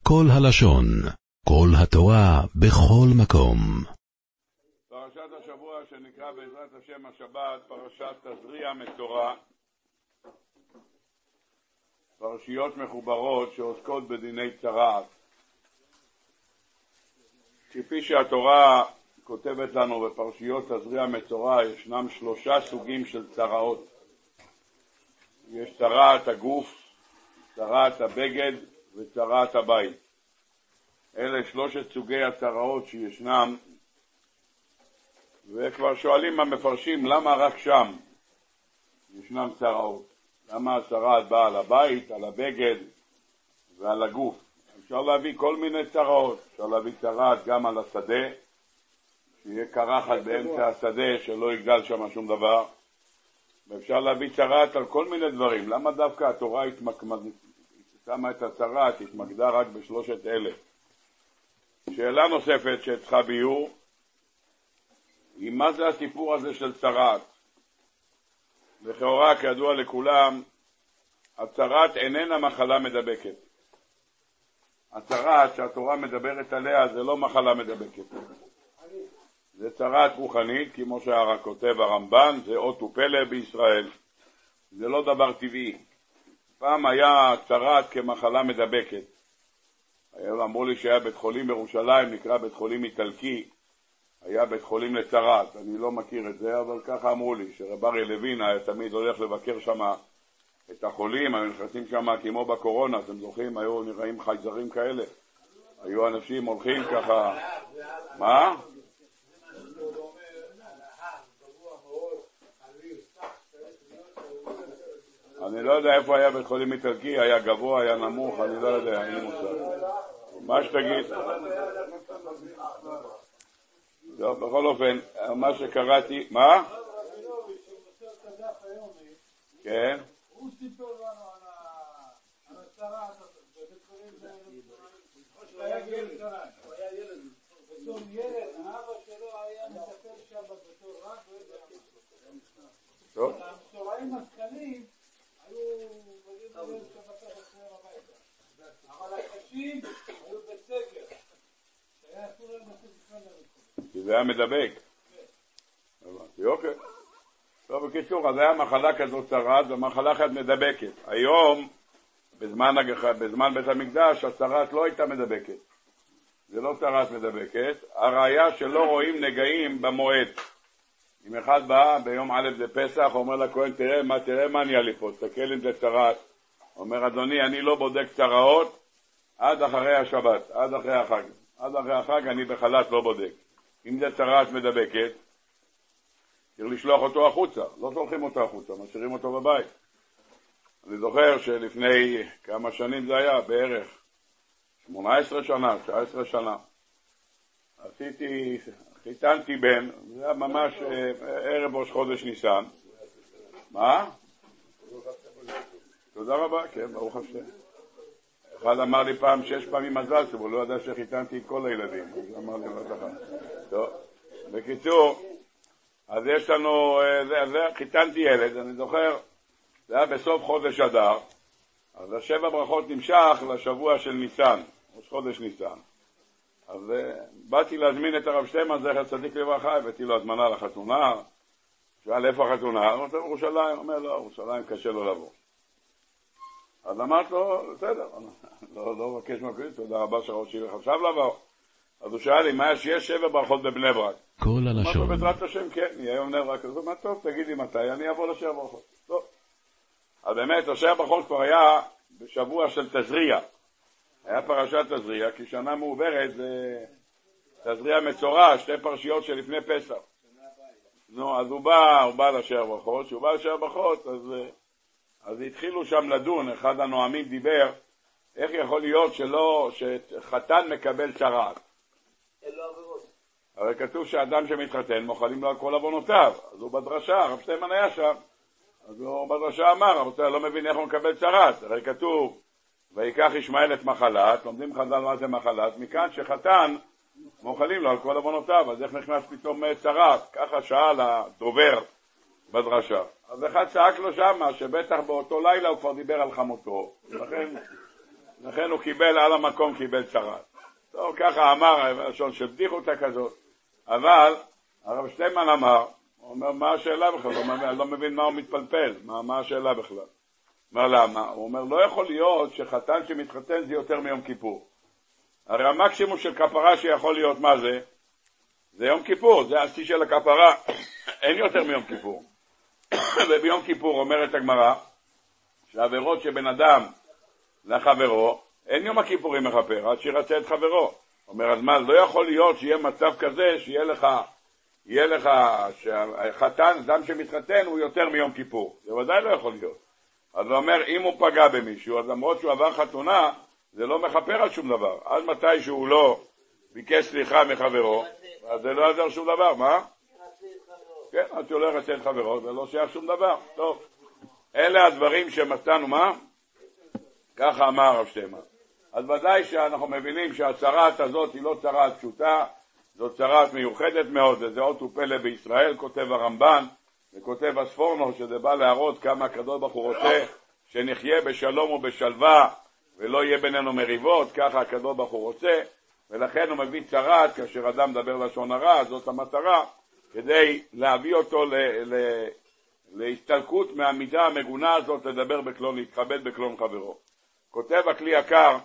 כל הלשון, כל התורה, בכל מקום. פרשת השבוע שנקרא בעזרת השם השבת, פרשת תזריע מצורע. פרשיות מחוברות שעוסקות בדיני צרעת. כפי שהתורה כותבת לנו בפרשיות תזריע מצורע, ישנם 3 סוגים של צרעות. יש צרעת הגוף, צרעת הבגד וצרעת הבית. אלה 3 סוגי הצרעות שישנם, וכבר שואלים המפרשים למה רק שם ישנם צרעות. למה הצרעת באה על הבית, על הבגד ועל הגוף. אפשר להביא כל מיני צרעות. אפשר להביא צרעת גם על השדה, שיהיה קרחת באמצע השדה שלא יגדל שם שום דבר. ואפשר להביא צרעת על כל מיני דברים. למה דווקא התורה שמה את הצרעת, התמקדה רק ב3 אלה? שאלה נוספת שצריכה ביור היא מה זה הסיפור הזה של צרעת. לכאורה, כידוע לכולם, הצרעת איננה מחלה מדבקת. הצרעת שהתורה מדברת עליה זה לא מחלה מדבקת. זה צרעת רוחנית, כמו שהר"ן כותב הרמב"ן, זה אות ופלא בישראל. זה לא דבר טבעי. פעם היה צרעת כמחלה מדבקת. אמרו לי שהיה בית חולים בירושלים, נקרא בית חולים איטלקי, היה בית חולים לצרעת. אני לא מכיר את זה, אבל ככה אמרו לי, שרב אריה לוין היה תמיד הולך לבקר שם את החולים, היו נכנסים שם כמו בקורונה, אתם זוכרים, היו נראים חייזרים כאלה. היו אנשים הולכים ככה, מה? אני לא יודע איפה היה בית חולים איטלקי, היה גבוה, היה נמוך, אני לא יודע, אין לי מושג. מה שתגיד? לא, בכל אופן, מה שקראתי, מה? כן? הוא סיפר לנו על הצרעת בבית חולים הוא היה ילד. בתור ילד, האבא שלו היה מטפל שם בתור רק טוב. המסוראים הקטנים היו מגיעים לילד שבתור אחריהם הביתה. אבל הקשים היו בסגר. היה אסור להם לעשות בכלל לרחוב. כי זה היה מדבק. יופי. טוב, בקיצור, אז היה מחלה כזאת צרעת ומחלה אחת מדבקת. היום, בזמן בית המקדש, הצרעת לא הייתה מדבקת. זה לא צרעת מדבקת. הראיה שלא רואים נגעים במועד. אם אחד בא ביום א' לפסח, אומר לכהן, תראה מה נהיה לי פה, תסתכל אם זה צרעת. אומר, אדוני, אני לא בודק צרעות עד אחרי השבת, עד אחרי החג. עד אחרי החג אני בחל"ת לא בודק. אם זה צרעת מדבקת, צריך לשלוח אותו החוצה. לא שולחים אותו החוצה, משאירים אותו בבית. אני זוכר שלפני כמה שנים זה היה, בערך 18 שנה, 19 שנה. חיתנתי בן, זה היה ממש ערב ראש חודש ניסן. מה? תודה רבה, כן, ברוך השם. אחד אמר לי פעם 6 פעמים מזל טוב, הוא לא ידע שחיתנתי את כל הילדים. אז אמר לי, לא תחת. טוב, בקיצור, אז יש לנו, חיתנתי ילד, אני זוכר, זה היה בסוף חודש אדר, אז 7 ברכות נמשך לשבוע של ניסן, ראש חודש ניסן. אז באתי להזמין את הרב שטיימן, זכר צדיק לברכה, הבאתי לו הזמנה לחתונה, שאל איפה החתונה? הוא אומר, ירושלים, אומר לו, ירושלים קשה לו לבוא. אז אמרת לו, בסדר, לא מבקש מקום, תודה רבה שהראש שלי חשב לבוא. אז הוא שאל לי, מה יש 7 ברכות בבני ברק? כל הלשון. אמרתי, בעזרת השם, כן, נהיה היום בני ברק. אז הוא אומר, טוב, תגידי מתי, אני אבוא ל7 ברכות. טוב. אז באמת, 7 ברכות כבר היה בשבוע של תזריע. היה פרשת תזריע, כי שנה מעוברת זה תזריע מצורע, 2 פרשיות שלפני פסח. נו, אז הוא בא ל7 ברכות, כשהוא בא ל7 ברכות, אז התחילו שם לדון, אחד הנואמים דיבר, איך יכול להיות שחתן מקבל צרעת? הרי כתוב שאדם שמתחתן מוחלים לו על כל עוונותיו, אז הוא בדרשה, הרב שטיימן היה שם, אז הוא בדרשה אמר, אבל לא מבין איך הוא מקבל צרעת, הרי כתוב, ויקח ישמעאל את מחלת, לומדים חז"ל מה זה מחלת, מכאן שחתן מוחלים לו על כל עוונותיו, אז איך נכנס פתאום צרעת? ככה שאל הדובר בדרשה. אז אחד צעק לו שמה, שבטח באותו לילה הוא כבר דיבר על חמותו, לכן לכן הוא קיבל על המקום, קיבל צרת. טוב, ככה אמר, לשון של בדיחותא כזאת. אבל הרב שטיינמן אמר, הוא אומר, מה השאלה בכלל? הוא אומר, אני לא מבין מה הוא מתפלפל, מה השאלה בכלל? אומר, למה? הוא אומר, לא יכול להיות שחתן שמתחתן זה יותר מיום כיפור. הרי המקסימום של כפרה שיכול להיות מה זה? זה יום כיפור, זה השיא של הכפרה, אין יותר מיום כיפור. וביום כיפור אומרת הגמרא, שהעבירות שבן אדם לחברו, אין יום הכיפורים מכפר, עד שירצה את חברו. אומר, אז מה, לא יכול להיות שיהיה מצב כזה, שיהיה לך שהחתן, אדם שמתחתן הוא יותר מיום כיפור. זה ודאי לא יכול להיות. אז הוא אומר, אם הוא פגע במישהו, אז למרות שהוא עבר חתונה, זה לא מכפר על שום דבר. עד מתי שהוא לא ביקש סליחה מחברו, אז זה לא יעזר שום דבר, מה? כן, עד שהוא לא ירצה את חברו, זה לא שייך שום דבר. טוב, אלה הדברים שמצאנו, מה? ככה אמר הרב שטיינמן. אז ודאי שאנחנו מבינים שהצרת הזאת היא לא צרת פשוטה, זו צרת מיוחדת מאוד, וזה אות ופלא בישראל, כותב הרמב"ן, וכותב הספורנו, שזה בא להראות כמה הקדוש ברוך הוא רוצה שנחיה בשלום ובשלווה, ולא יהיה בינינו מריבות, ככה הקדוש ברוך הוא רוצה, ולכן הוא מביא צרת, כאשר אדם מדבר לשון הרע, זאת המטרה, כדי להביא אותו להסתלקות מהמידה המגונה הזאת, לדבר בקלון, להתכבד בקלון חברו. כותב הכלי יקר,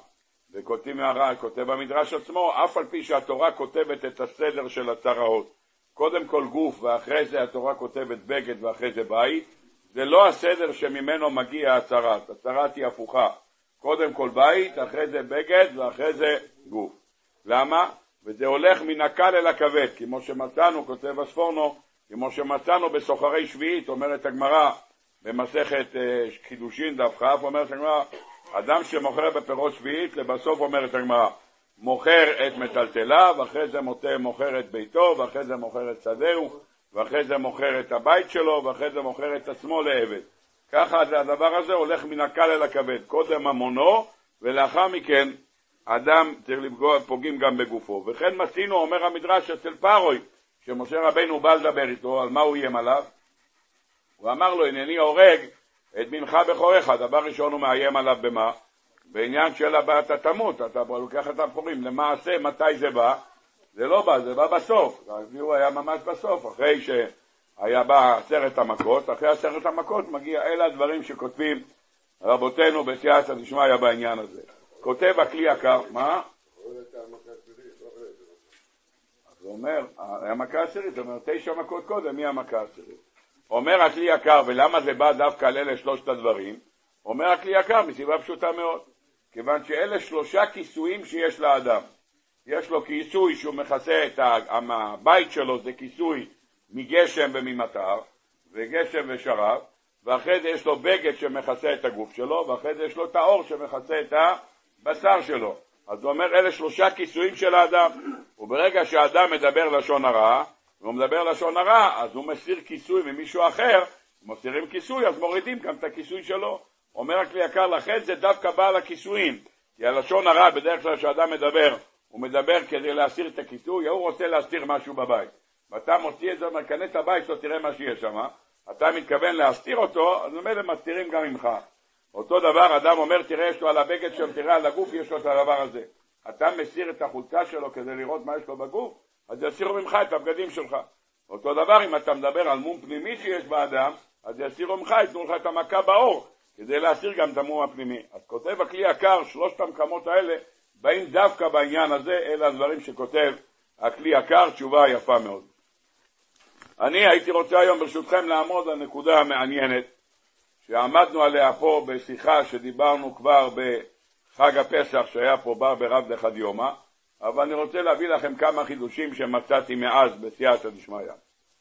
כותב המדרש עצמו, אף על פי שהתורה כותבת את הסדר של הצרעות, קודם כל גוף ואחרי זה התורה כותבת בגד ואחרי זה בית, זה לא הסדר שממנו מגיע הצרת, הצרת היא הפוכה, קודם כל בית, אחרי זה בגד ואחרי זה גוף. למה? וזה הולך מן הקל אל הכבד, כמו שמצאנו, כותב הספורנו, כמו שמצאנו בסוחרי שביעית, אומרת הגמרא, במסכת קידושין דף כ', אומרת הגמרא, אדם שמוכר בפירות שביעית, לבסוף אומרת הגמרא, מוכר את מטלטליו, ואחרי זה מוכר את ביתו, ואחרי זה מוכר את שדהו, ואחרי זה מוכר את הבית שלו, ואחרי זה מוכר את עצמו לעבד. ככה הדבר הזה הולך מן הקל אל הכבד, קודם ממונו, ולאחר מכן אדם צריך פוגעים גם בגופו. וכן מצינו, אומר המדרש אצל פרוי, שמשה רבינו בא לדבר איתו, על מה הוא איים עליו? הוא אמר לו, הנני הורג את בנך בכורך. דבר ראשון הוא מאיים עליו במה? בעניין של אתה תמות, אתה לוקח את הבכורים, למעשה מתי זה בא? זה לא בא, זה בא בסוף, הוא היה ממש בסוף, אחרי שהיה בא 10 המכות, אחרי 10 המכות מגיע, אלה הדברים שכותבים רבותינו בסייעתא דשמיא בעניין הזה. כותב הכלי יקר, מה? אז הוא אומר, המכה עשירית, זאת אומרת 9 מכות קודם, מי המכה עשירית? אומר הכלי יקר, ולמה זה בא דווקא על אלה 3 הדברים? אומר הכלי יקר, מסיבה פשוטה מאוד, כיוון שאלה 3 כיסויים שיש לאדם. יש לו כיסוי שהוא מכסה את הבית שלו, זה כיסוי מגשם וממטר, וגשם ושרב, ואחרי זה יש לו בגד שמכסה את הגוף שלו, ואחרי זה יש לו את האור שמכסה את הבשר שלו. אז הוא אומר, אלה 3 כיסויים של האדם. וברגע שהאדם מדבר לשון הרע, והוא מדבר לשון הרע, אז הוא מסיר כיסוי ממישהו אחר, מסירים כיסוי, אז מורידים גם את הכיסוי שלו. אומר הכלי יקר, לכן זה דווקא בא לכיסויים, כי הלשון הרע בדרך כלל שאדם מדבר, הוא מדבר כדי להסיר את הכיסוי, הוא רוצה להסתיר משהו בבית. ואתה מוציא את זה, אומר, כנס הבית שלו, תראה מה שיש שם, אתה מתכוון להסתיר אותו, אז ממילא מסתירים גם ממך. אותו דבר, אדם אומר, תראה, יש לו על הבגד שלו, תראה על הגוף, יש לו את הדבר הזה. אתה מסיר את החולצה שלו כדי לראות מה יש לו בגוף, אז יסירו ממך את הבגדים שלך. אותו דבר, אם אתה מדבר על מום פנימי שיש באדם, אז יסירו ממך, יתנו לך את המכה באור, כדי להסיר גם את המום הפנימי. אז כותב הכלי יקר, 3 המקומות האלה, באים דווקא בעניין הזה, אלה הדברים שכותב הכלי יקר, תשובה יפה מאוד. אני הייתי רוצה היום ברשותכם לעמוד על נקודה המעניינת, שעמדנו עליה פה בשיחה שדיברנו כבר בחג הפסח שהיה פה בר ברב דחד יומא, אבל אני רוצה להביא לכם כמה חידושים שמצאתי מאז בסייעתא דשמיא.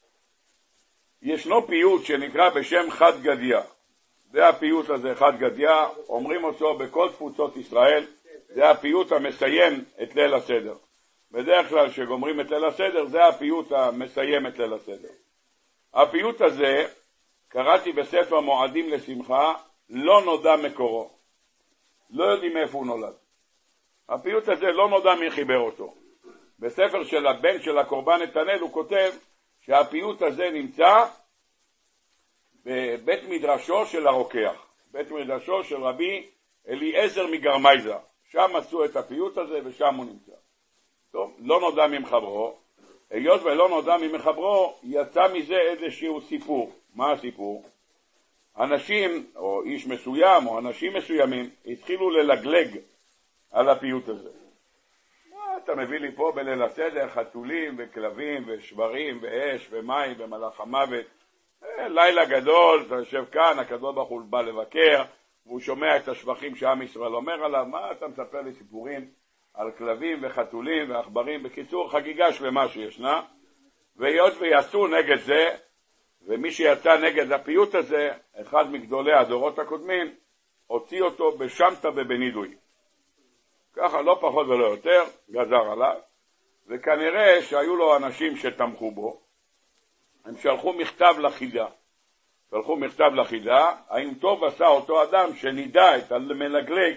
ישנו פיוט שנקרא בשם חד גדיא. זה הפיוט הזה, חד גדיא, אומרים אותו בכל תפוצות ישראל, זה הפיוט המסיים את ליל הסדר. בדרך כלל שגומרים את ליל הסדר, זה הפיוט המסיים את ליל הסדר. הפיוט הזה, קראתי בספר מועדים לשמחה, לא נודע מקורו. לא יודעים איפה הוא נולד. הפיוט הזה לא נודע מי חיבר אותו. בספר של הבן של הקורבן נתנאל הוא כותב שהפיוט הזה נמצא בבית מדרשו של הרוקח. בית מדרשו של רבי אליעזר מגרמייזה, שם עשו את הפיוט הזה ושם הוא נמצא. טוב, לא נודע ממחברו, היות ולא נודע ממחברו, יצא מזה איזשהו סיפור. מה הסיפור? אנשים, או איש מסוים, או אנשים מסוימים, התחילו ללגלג על הפיוט הזה. מה אתה מביא לי פה בליל הסדר, חתולים וכלבים ושברים ואש ומים ומלאך המוות? לילה גדול, אתה יושב כאן, הקדוש ברוך הוא בא לבקר, והוא שומע את השבחים שעם ישראל אומר עליו. מה אתה מספר לי סיפורים על כלבים וחתולים ועכברים? בקיצור, חגיגה שלמה שישנה, והיות ויעשו נגד זה, ומי שיצא נגד הפיוט הזה, אחד מגדולי הדורות הקודמים, הוציא אותו בשמטה ובנידוי. ככה לא פחות ולא יותר, גזר עליו, וכנראה שהיו לו אנשים שתמכו בו, הם שלחו מכתב לחידה. האם טוב עשה אותו אדם שנידע את המלגלג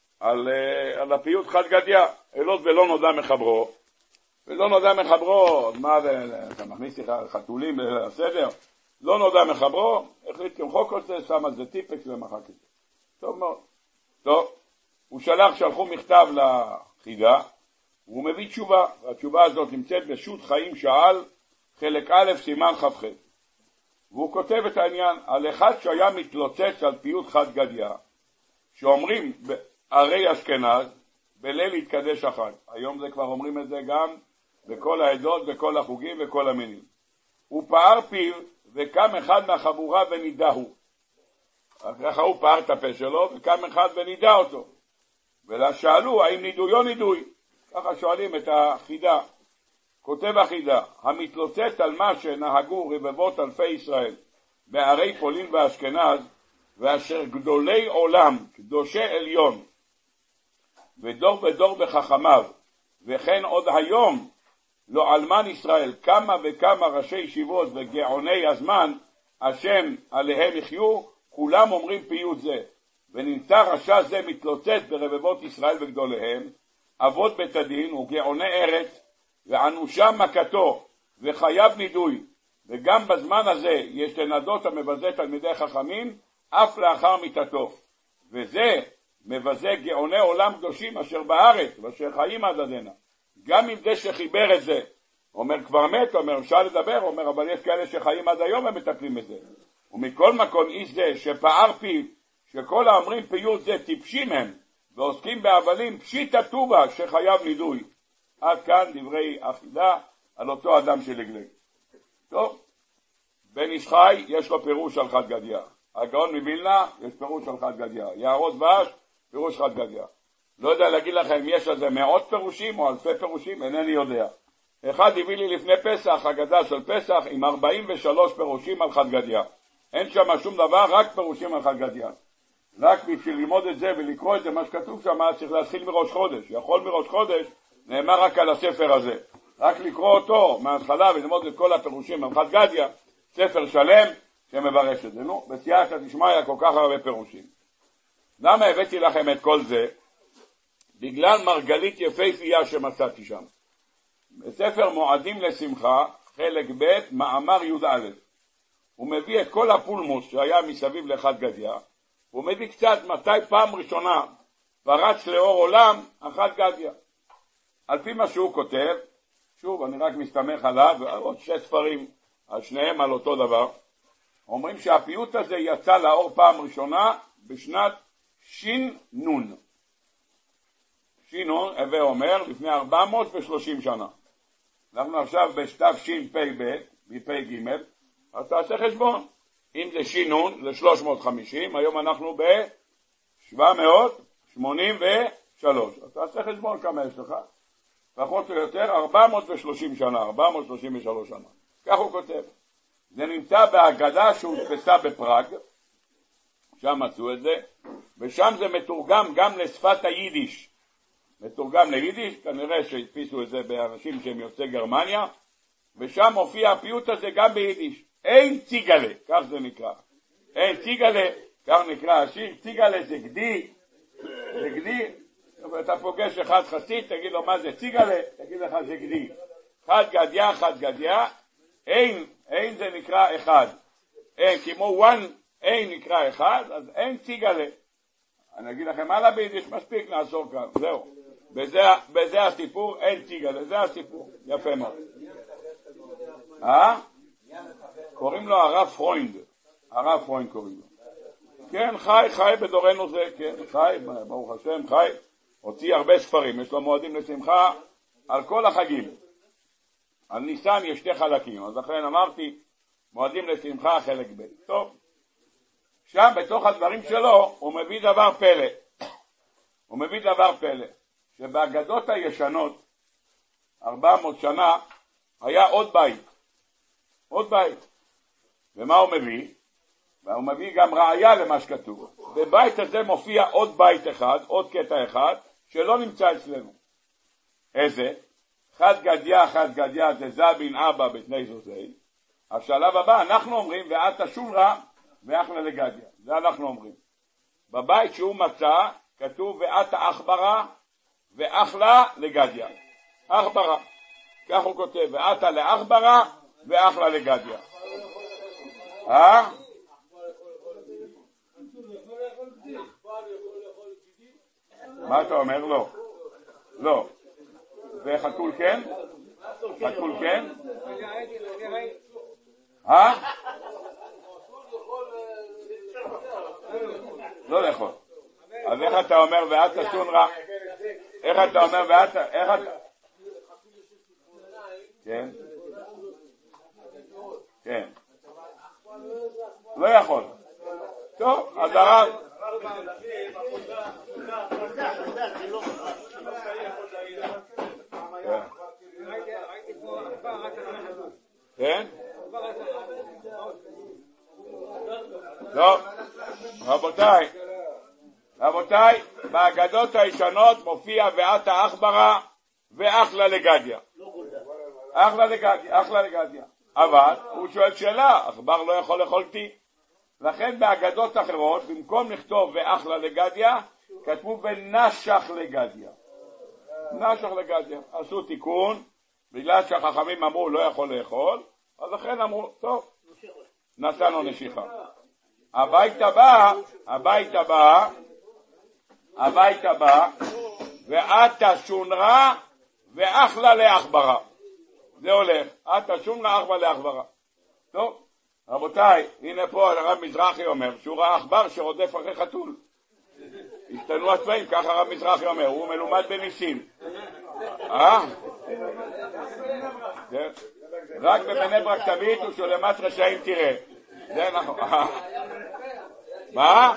על הפיוט חד גדיא, היות ולא נודע מחברו. ולא נודע מחברו, מה אתה מכניס לך חתולים בסדר? לא נודע מחברו, החליט למחוק את זה, שם על זה טיפקס ומחק את זה. טוב מאוד. טוב, הוא שלחו מכתב לחידה, והוא מביא תשובה, והתשובה הזאת נמצאת בשו"ת חיים שאל, חלק א' סימן כ"ח. והוא כותב את העניין על אחד שהיה מתלוצץ על פיוט חד גדיא, שאומרים בערי אשכנז, בליל יתקדש החג. היום זה כבר אומרים את זה גם בכל העדות, בכל החוגים וכל המינים. הוא פער פיו וקם אחד מהחבורה ונידהו. ככה הוא פער את הפה שלו וקם אחד ונידע אותו. ושאלו האם נידויו נידוי. ככה שואלים את החידה. כותב החידה, המתלוצץ על מה שנהגו רבבות אלפי ישראל בערי פולין ואשכנז, ואשר גדולי עולם, קדושי עליון, ודור ודור בחכמיו, וכן עוד היום לא אלמן ישראל כמה וכמה ראשי ישיבות וגאוני הזמן, השם עליהם יחיו, כולם אומרים פיוט זה. ונמצא רשע זה מתלוצץ ברבבות ישראל וגדוליהם, אבות בית הדין וגאוני ארץ, ואנושה מכתו וחייב נידוי. וגם בזמן הזה יש לנדות המבזה תלמידי חכמים אף לאחר מיתתו, וזה מבזה גאוני עולם קדושים אשר בארץ ואשר חיים עד עדנה. גם אם זה שחיבר את זה אומר כבר מת, אומר אפשר לדבר, אומר אבל יש כאלה שחיים עד היום הם מטפלים בזה. ומכל מקום איש זה שפער פיו, שכל האומרים פיוט זה טיפשים הם ועוסקים בהבלים פשיטא טובה שחייב נידוי. עד כאן דברי החידה על אותו אדם שלגלג. טוב, בן איש חי יש לו פירוש על חד גדיא, הגאון מבילנה יש פירוש על חד גדיא, יערות דבש פירוש חד גדיא. לא יודע להגיד לכם אם יש לזה מאות פירושים או אלפי פירושים, אינני יודע. אחד הביא לי לפני פסח, הגדה של פסח, עם 43 פירושים על חד גדיא. אין שם שום דבר, רק פירושים על חד גדיא. רק בשביל ללמוד את זה ולקרוא את זה, מה שכתוב שם, צריך להתחיל מראש חודש. יכול מראש חודש, נאמר רק על הספר הזה. רק לקרוא אותו מההתחלה וללמוד את כל הפירושים על חד גדיא, ספר שלם שמברש את זה. נו, בסייעתא דשמיא כל כך הרבה פירושים. למה הבאתי לכם את כל זה? בגלל מרגלית יפהפייה שמצאתי שם. בספר מועדים לשמחה, חלק ב', מאמר י"א. הוא מביא את כל הפולמוס שהיה מסביב לחד גדיא, הוא מביא קצת מתי פעם ראשונה פרץ לאור עולם החד גדיא. על פי מה שהוא כותב, שוב אני רק מסתמך עליו, ועוד 6 ספרים, על שניהם על אותו דבר, אומרים שהפיוט הזה יצא לאור פעם ראשונה בשנת ש"נ. ש"נ, הווה אומר, לפני 430 שנה. אנחנו עכשיו בתשפ"ב, בפ"ג, אז תעשה חשבון. אם זה ש"נ, זה 350, היום אנחנו ב-783. אז תעשה חשבון כמה יש לך. פחות או יותר 430 שנה, 433 שנה. כך הוא כותב. זה נמצא בהגדה שהודפסה בפראג, שם מצאו את זה, ושם זה מתורגם גם לשפת היידיש. מתורגם ליידיש, כנראה שהדפיסו את זה באנשים שהם יוצאי גרמניה, ושם הופיע הפיוט הזה גם ביידיש. אין ציגלה, כך זה נקרא. אין ציגלה, כך נקרא השיר. ציגלה זה גדי, זה גדי. אתה פוגש אחד חסיד, תגיד לו מה זה ציגלה, תגיד לך זה גדי. חד גדיא, חד גדיא, אין זה נקרא אחד. אין, כמו one, אין נקרא אחד, אז אין ציגלה. אני אגיד לכם הלאה ביידיש, מספיק נעזור כאן, זהו. בזה הסיפור, אין ציגה, זה הסיפור, יפה מאוד. קוראים לו הרב פרוינד, הרב פרוינד קוראים לו. כן, חי בדורנו זה, כן, חי, ברוך השם, חי, הוציא הרבה ספרים, יש לו מועדים לשמחה על כל החגים. על ניסן יש 2 חלקים, אז לכן אמרתי, מועדים לשמחה חלק ב'. טוב, שם בתוך הדברים שלו הוא מביא דבר פלא. הוא מביא דבר פלא, שבאגדות הישנות, 400 שנה, היה עוד בית. עוד בית. ומה הוא מביא? והוא מביא גם ראיה למה שכתוב. בבית הזה מופיע עוד בית אחד, עוד קטע אחד, שלא נמצא אצלנו. איזה? חד גדיה זה זבין אבא בתני זוזי. השלב הבא אנחנו אומרים ואתה שולרה ואחלה לגדיה. זה אנחנו אומרים. בבית שהוא מצא כתוב ואתה אחברה ואחלה לגדיה. אחברה. כך הוא כותב ואתה לאחברה ואחלה לגדיה. מה אתה אומר? לא. לא. וחתול כן? חתול כן? לא לאכול. אז איך אתה אומר ואתה שונרה? איך אתה אומר ואתה? איך אתה? כן? כן. לא יכול. טוב, אז הרב כן? טוב, רבותיי, באגדות הישנות מופיע ואתה אחברה ואחלה לגדיה. אחלה לגדיה. אבל הוא שואל שאלה, עכבר לא יכול לאכול תיק. לכן באגדות אחרות, במקום לכתוב ואחלה לגדיה, כתבו ונשך לגדיה. נשך לגדיה. עשו תיקון, בגלל שהחכמים אמרו לא יכול לאכול, אז לכן אמרו, טוב, נתנו נשיכה. הבית הבא, ואתה שונרה ואחלה לאחברה. זה הולך, אתה שונרה אחברה לאחברה. טוב. רבותיי, הנה פה הרב מזרחי אומר שהוא ראה עכבר שרודף אחרי חתול. השתנו הצבעים, ככה הרב מזרחי אומר, הוא מלומד בניסים. רק בבני ברק תביט הוא שלמת רשעים תראה. זה נכון. מה?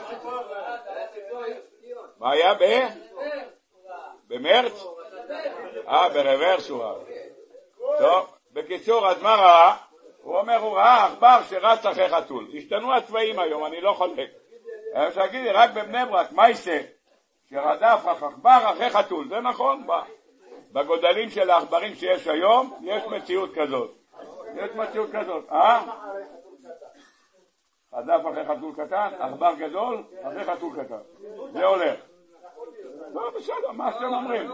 מה היה במרץ? ברוורס הוא ראה. טוב, בקיצור, אז מה ראה? הוא אומר, הוא ראה עכבר שרץ אחרי חתול. השתנו הצבעים היום, אני לא חולק. אני רוצה להגיד לי, רק בבני ברק, מה יעשה? שרדף עכבר אחרי חתול. זה נכון, בגודלים של העכברים שיש היום, יש מציאות כזאת. רדף אחרי חתול קטן, עכבר גדול, אחרי חתול קטן. זה הולך. לא, בסדר, מה שאתם אומרים?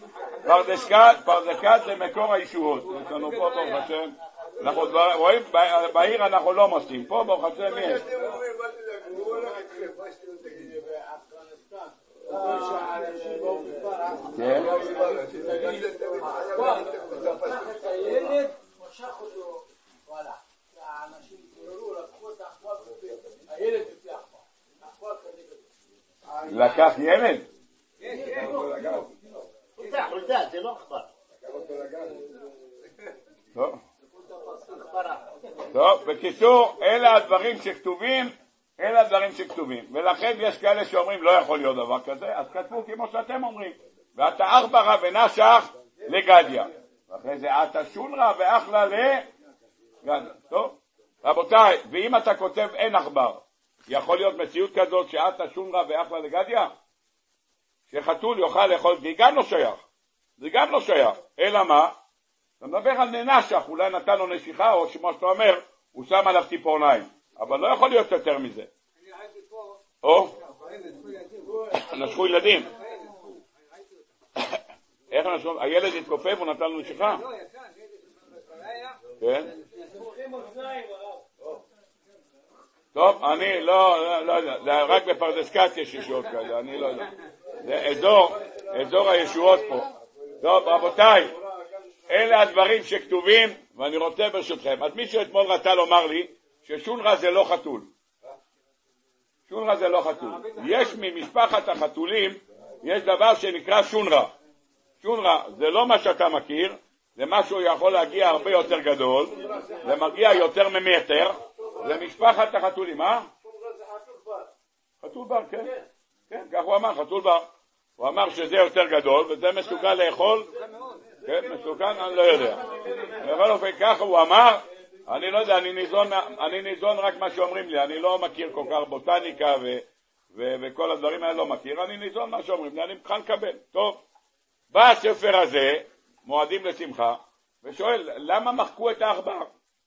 פרדקת זה מקור הישועות. יש לנו פה ברוך השם. אנחנו רואים, בעיר אנחנו לא מוסדים, פה ברוך השם יש. כן? הילד משך אותו, וואלה, האנשים התעוררו, לקחו את האחווה, הילד יוצא אחווה כזה כזה. לקח ילד? כן. חולדה, זה לא אחווה. טוב, בקיצור, אלה הדברים שכתובים, ולכן יש כאלה שאומרים לא יכול להיות דבר כזה, אז כתבו כמו שאתם אומרים, ואתה אחברה ונשך לגדיה, ואחרי זה אתה שונרה ואחלה לגדיה. טוב, רבותיי, ואם אתה כותב אין עכבר, יכול להיות מציאות כזאת שאתה שונרה ואחלה לגדיה? שחתול יוכל לאכול, זה גם לא שייך, אלא מה? אתה מדבר על ננשך, אולי נתן לו נשיכה, או כמו שאתה אומר, הוא שם עליו ציפורניים. אבל לא יכול להיות יותר מזה. או? נשכו ילדים. איך נשכו? הילד התכופף, הוא נתן לו נשיכה? כן? טוב. טוב, אני לא יודע, רק בפרדס-כץ יש ישועות כאלה, אני לא יודע. זה אזור הישועות פה. טוב, רבותיי, אלה הדברים שכתובים, ואני רוצה ברשותכם. אז מישהו אתמול רצה לומר לי ששונרה זה לא חתול. שונרה זה לא חתול. יש ממשפחת החתולים, יש דבר שנקרא שונרה. שונרה זה לא מה שאתה מכיר, זה משהו יכול להגיע הרבה יותר גדול, זה מגיע יותר ממטר, זה משפחת החתולים, מה? שונרה זה חתול בר. חתול בר, כן. כן, כך הוא אמר, חתול בר. הוא אמר שזה יותר גדול, וזה מסוגל לאכול. כן, מסוכן, אני לא יודע. בכל אופן, ככה הוא אמר, אני לא יודע, אני ניזון רק מה שאומרים לי, אני לא מכיר כל כך בוטניקה וכל הדברים האלה לא מכיר, אני ניזון מה שאומרים לי, אני מוכן לקבל. טוב, בא הספר הזה, מועדים לשמחה, ושואל, למה מחקו את העכבר?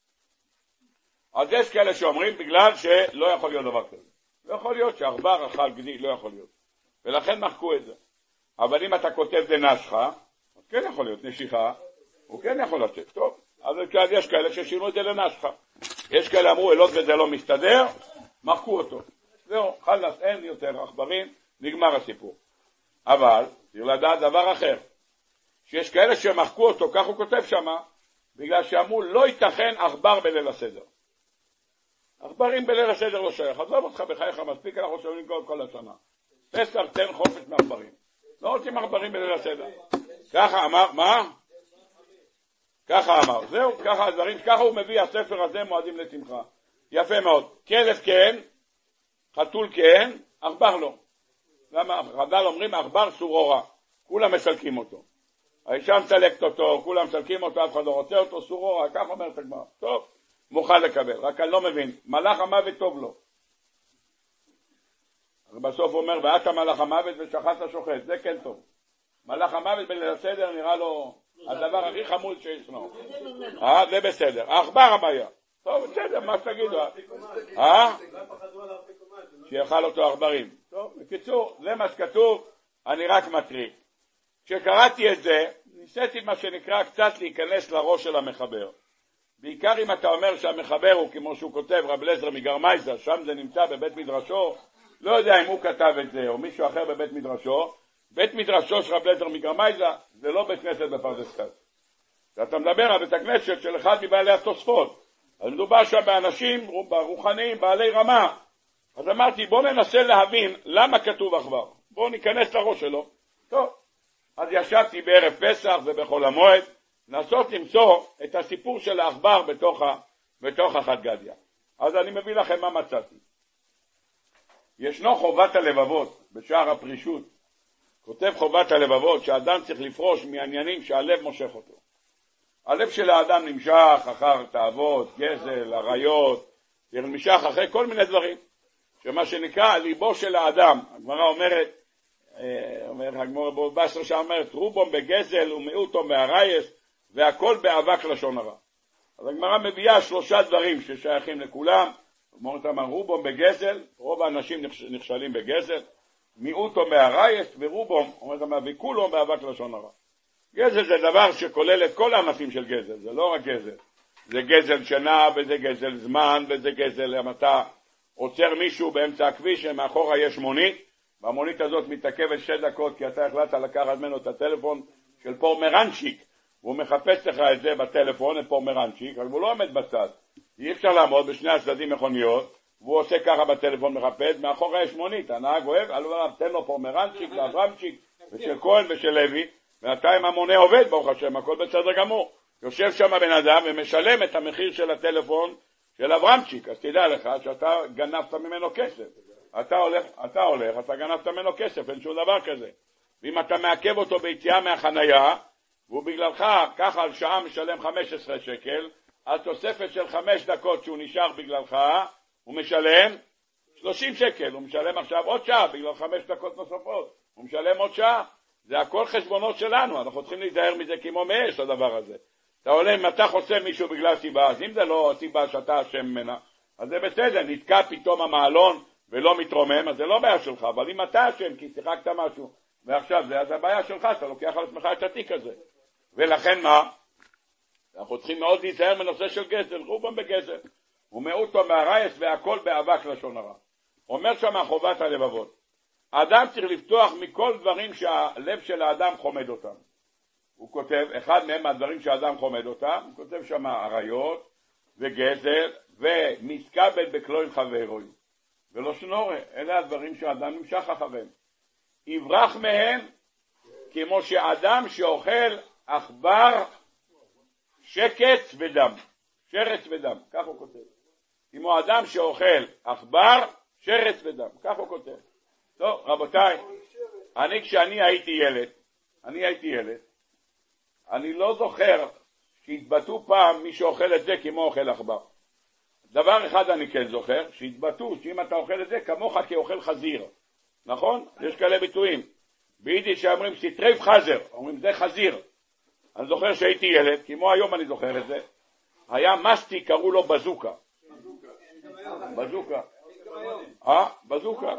אז יש כאלה שאומרים, בגלל שלא יכול להיות דבר כזה. לא יכול להיות שהעכבר אכל גדי, לא יכול להיות. ולכן מחקו את זה. אבל אם אתה כותב זה נשכה, אז כן יכול להיות נשיכה, הוא כן יכול לצאת. טוב, אז יש כאלה ששינו את זה לנשכה. יש כאלה אמרו, היות וזה לא מסתדר, מחקו אותו. זהו, חלס, אין יותר עכברים, נגמר הסיפור. אבל, צריך לדעת דבר אחר, שיש כאלה שמחקו אותו, כך הוא כותב שמה, בגלל שאמרו, לא ייתכן עכבר בליל הסדר. עכברים בליל הסדר לא שייך, עזוב אותך בחייך מספיק, אנחנו שומעים כל השנה. פסח תן חופש מעכברים. לא רוצים עכברים בליל הסדר. ככה אמר, מה? ככה אמר, זהו, ככה הדברים, ככה הוא מביא הספר הזה מועדים לשמחה. יפה מאוד. כלב כן, חתול כן, עכבר לא. למה? חז"ל אומרים, עכבר סורו רע. כולם מסלקים אותו. האישה מסלקת אותו, כולם מסלקים אותו, אף אחד לא רוצה אותו, סורו רע. כך אומרת הגמרא. טוב, מוכן לקבל. רק אני לא מבין. מלאך המוות טוב לו. בסוף הוא אומר, ואת מלאך המוות ושחט שוחט. זה כן טוב. מלאך המוות בליל הסדר נראה לו הדבר הכי חמוד שישנו. זה בסדר. העכבר הבעיה. טוב, בסדר, מה שתגידו. שיאכל אותו עכברים. טוב, בקיצור, זה מה שכתוב, אני רק מקריא. כשקראתי את זה, ניסיתי מה שנקרא קצת להיכנס לראש של המחבר. בעיקר אם אתה אומר שהמחבר הוא, כמו שהוא כותב, רב אליעזר מגרמייזא, שם זה נמצא בבית מדרשו, לא יודע אם הוא כתב את זה או מישהו אחר בבית מדרשו, בית מדרשו של רב אליעזר מגרמייזא זה לא בית כנסת בפרדס-כץ. ואתה מדבר על בית הכנסת של אחד מבעלי התוספות, אז מדובר שם באנשים רוחניים, בעלי רמה. אז אמרתי, בוא ננסה להבין למה כתוב עכבר. בוא ניכנס לראש שלו. טוב, אז ישבתי בערב פסח ובחול המועד, לנסות למצוא את הסיפור של העכבר בתוך החד גדיא. אז אני מביא לכם מה מצאתי. ישנו חובת הלבבות בשער הפרישות. כותב חובת הלבבות שהאדם צריך לפרוש מעניינים שהלב מושך אותו. הלב של האדם נמשך אחר תאוות, גזל, עריות, נמשך אחרי כל מיני דברים. שמה שנקרא ליבו של האדם, הגמרא אומרת, הגמרא בבשר שאומרת, רובום בגזל ומיעוטום בערייס, והכל באבק לשון הרע. אז הגמרא מביאה 3 דברים ששייכים לכולם, אומרת אמר, רובום בגזל, רוב האנשים נכשלים בגזל, מיעוטום בערייס, ורובום, אומרת אמר, וכולום באבק לשון הרע. גזל זה דבר שכולל את כל הענפים של גזל, זה לא רק גזל. זה גזל שנה, וזה גזל זמן, וזה גזל המתה. עוצר מישהו באמצע הכביש שמאחורה יש מונית, והמונית הזאת מתעכבת 2 דקות כי אתה החלטת לקחת ממנו את הטלפון של פורמרנצ'יק, והוא מחפש לך את זה בטלפון, את פורמרנצ'יק, אבל הוא לא עומד בצד. אי אפשר לעמוד בשני הצדדים מכוניות, והוא עושה ככה בטלפון מחפש, מאחורה יש מונית, הנהג אוהב, תן לו פורמרנצ'יק, לאברמצ'יק, ושל כהן ושל לוי, ועתיים המונה עובד, ברוך השם, הכל בסדר גמור. יושב שם בן אדם ומשלם את המחיר של הטלפון של אברמצ'יק, אז תדע לך שאתה גנבת ממנו כסף. אתה הולך, אתה גנבת ממנו כסף, אין שום דבר כזה. ואם אתה מעכב אותו ביציאה מהחנייה, והוא בגללך ככה על שעה משלם 15 שקל, על תוספת של 5 דקות שהוא נשאר בגללך, הוא משלם 30 שקל, הוא משלם עכשיו עוד שעה בגלל 5 דקות נוספות, הוא משלם עוד שעה. זה הכל חשבונות שלנו, אנחנו צריכים להיזהר מזה כמו מאש הדבר הזה. אתה עולה, אם אתה חוסם מישהו בגלל סיבה, אז אם זה לא סיבה שאתה אשם ממנה, אז זה בסדר, נתקע פתאום המעלון ולא מתרומם, אז זה לא בעיה שלך, אבל אם אתה אשם כי שיחקת משהו, ועכשיו זה, אז הבעיה שלך, אתה לוקח על עצמך את התיק הזה. ולכן מה? אנחנו צריכים מאוד להיזהר מנושא של גזל, רובם בגזל. ומאותו מהרייס והכל באבק לשון הרע. אומר שם חובת הלבבות. האדם צריך לפתוח מכל דברים שהלב של האדם חומד אותם. הוא כותב, אחד מהם הדברים שהאדם חומד אותם, הוא כותב שם עריות וגזל ומתקבל בקלוין חברוי. ולא שנורא, אלה הדברים שהאדם נמשך אחריהם. יברח מהם כמו שאדם שאוכל עכבר שקץ ודם. שרץ ודם, כך הוא כותב. כמו אדם שאוכל עכבר, שרץ ודם, כך הוא כותב. טוב, רבותיי, כשאני הייתי ילד, אני לא זוכר שהתבטאו פעם מי שאוכל את זה כמו אוכל עכבר. דבר אחד אני כן זוכר, שהתבטאו שאם אתה אוכל את זה כמוך כאוכל חזיר. נכון? יש כאלה ביטויים. ביידיש שאומרים סטרייף חזר, אומרים זה חזיר. אני זוכר שהייתי ילד, כמו היום אני זוכר את זה. היה מסטי, קראו לו בזוקה. בזוקה. בזוקה.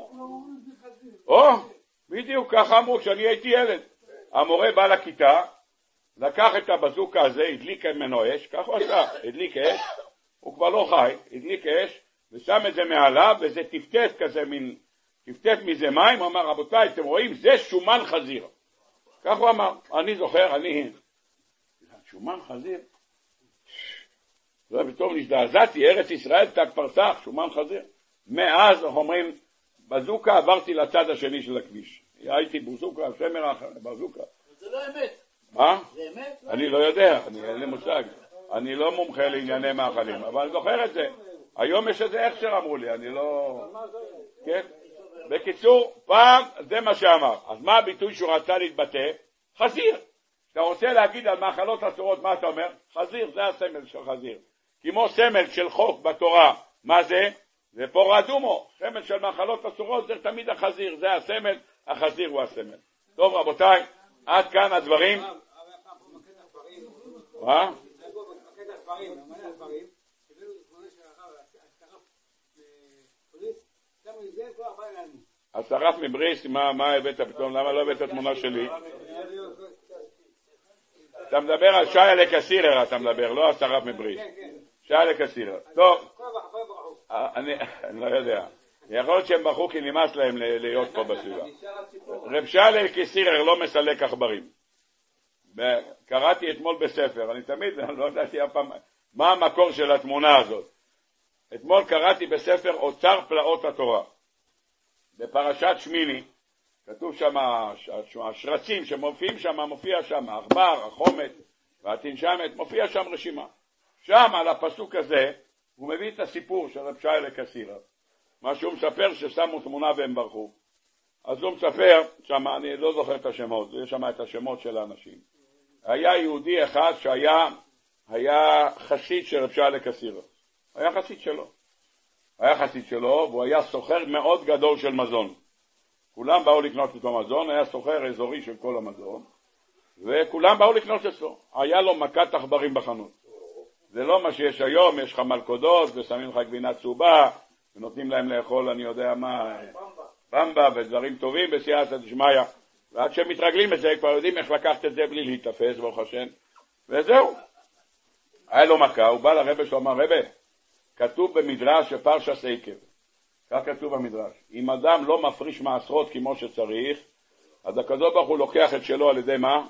בדיוק ככה אמרו כשאני הייתי ילד. המורה בא לכיתה, לקח את הבזוקה הזה, הדליק ממנו אש, כך הוא עשה, הדליק אש, הוא כבר לא חי, הדליק אש, ושם את זה מעליו, וזה טפטף כזה, טפטף מזה מים, הוא אמר, רבותיי, אתם רואים, זה שומן חזיר. כך הוא אמר, אני זוכר, שומן חזיר? ופתאום נזדעזעתי, ארץ ישראל תג פרסח, שומן חזיר. מאז אומרים, בזוקה עברתי לצד השני של הכביש. הייתי בזוקה, שמר אחר, בזוקה. זה לא אמת. מה? זה אמת? אני לא יודע, אין לי מושג. אני לא מומחה לענייני מאכלים, אבל אני זוכר את זה. היום יש איזה הכשר אמרו לי, אני לא... כן? בקיצור, פעם זה מה שאמר. אז מה הביטוי שהוא רצה להתבטא? חזיר. אתה רוצה להגיד על מאכלות אסורות, מה אתה אומר? חזיר, זה הסמל של חזיר. כמו סמל של חוק בתורה, מה זה? זה פור אדומו, סמל של מאכלות אסורות, זה תמיד החזיר, זה הסמל, החזיר הוא הסמל. טוב רבותיי, עד כאן הדברים. מה? השרף מבריס, מה הבאת פתאום? למה לא הבאת תמונה שלי? אתה מדבר על שי לקסירר, אתה מדבר, לא השרף מבריס. שי לקסירר. טוב, אני לא יודע. יכול להיות שהם בחרו כי נמאס להם להיות פה בסביבה. רב שי לקסירר לא מסלק עכברים. קראתי אתמול בספר, אני תמיד לא ידעתי אף פעם מה המקור של התמונה הזאת. אתמול קראתי בספר אוצר פלאות התורה. בפרשת שמיני, כתוב שם השרצים שמופיעים שם, מופיע שם העכבר, החומץ והתנשמת, מופיע שם רשימה. שם על הפסוק הזה הוא מביא את הסיפור של רב שי לקסירר. מה שהוא מספר ששמו תמונה והם ברחו. אז הוא מספר, שם אני לא זוכר את השמות, יש שם את השמות של האנשים. היה יהודי אחד היה חסיד של רב שי לקסירר. היה חסיד שלו, והוא היה סוחר מאוד גדול של מזון. כולם באו לקנות את המזון, היה סוחר אזורי של כל המזון, וכולם באו לקנות אצלו. היה לו מכת עכברים בחנות. זה לא מה שיש היום, יש לך מלכודות, ושמים לך גבינה צהובה, ונותנים להם לאכול, אני יודע מה, במבה ודברים טובים בסייעתא דשמיא. ועד שהם מתרגלים את זה, כבר יודעים איך לקחת את זה בלי להתאפס, ברוך השם. וזהו. היה לו מכה, הוא בא לרבא שלו, אמר, רבא, כתוב במדרש שפרשת עקב. כך כתוב במדרש. אם אדם לא מפריש מעשרות כמו שצריך, אז הקדוש ברוך הוא לוקח את שלו על ידי מה?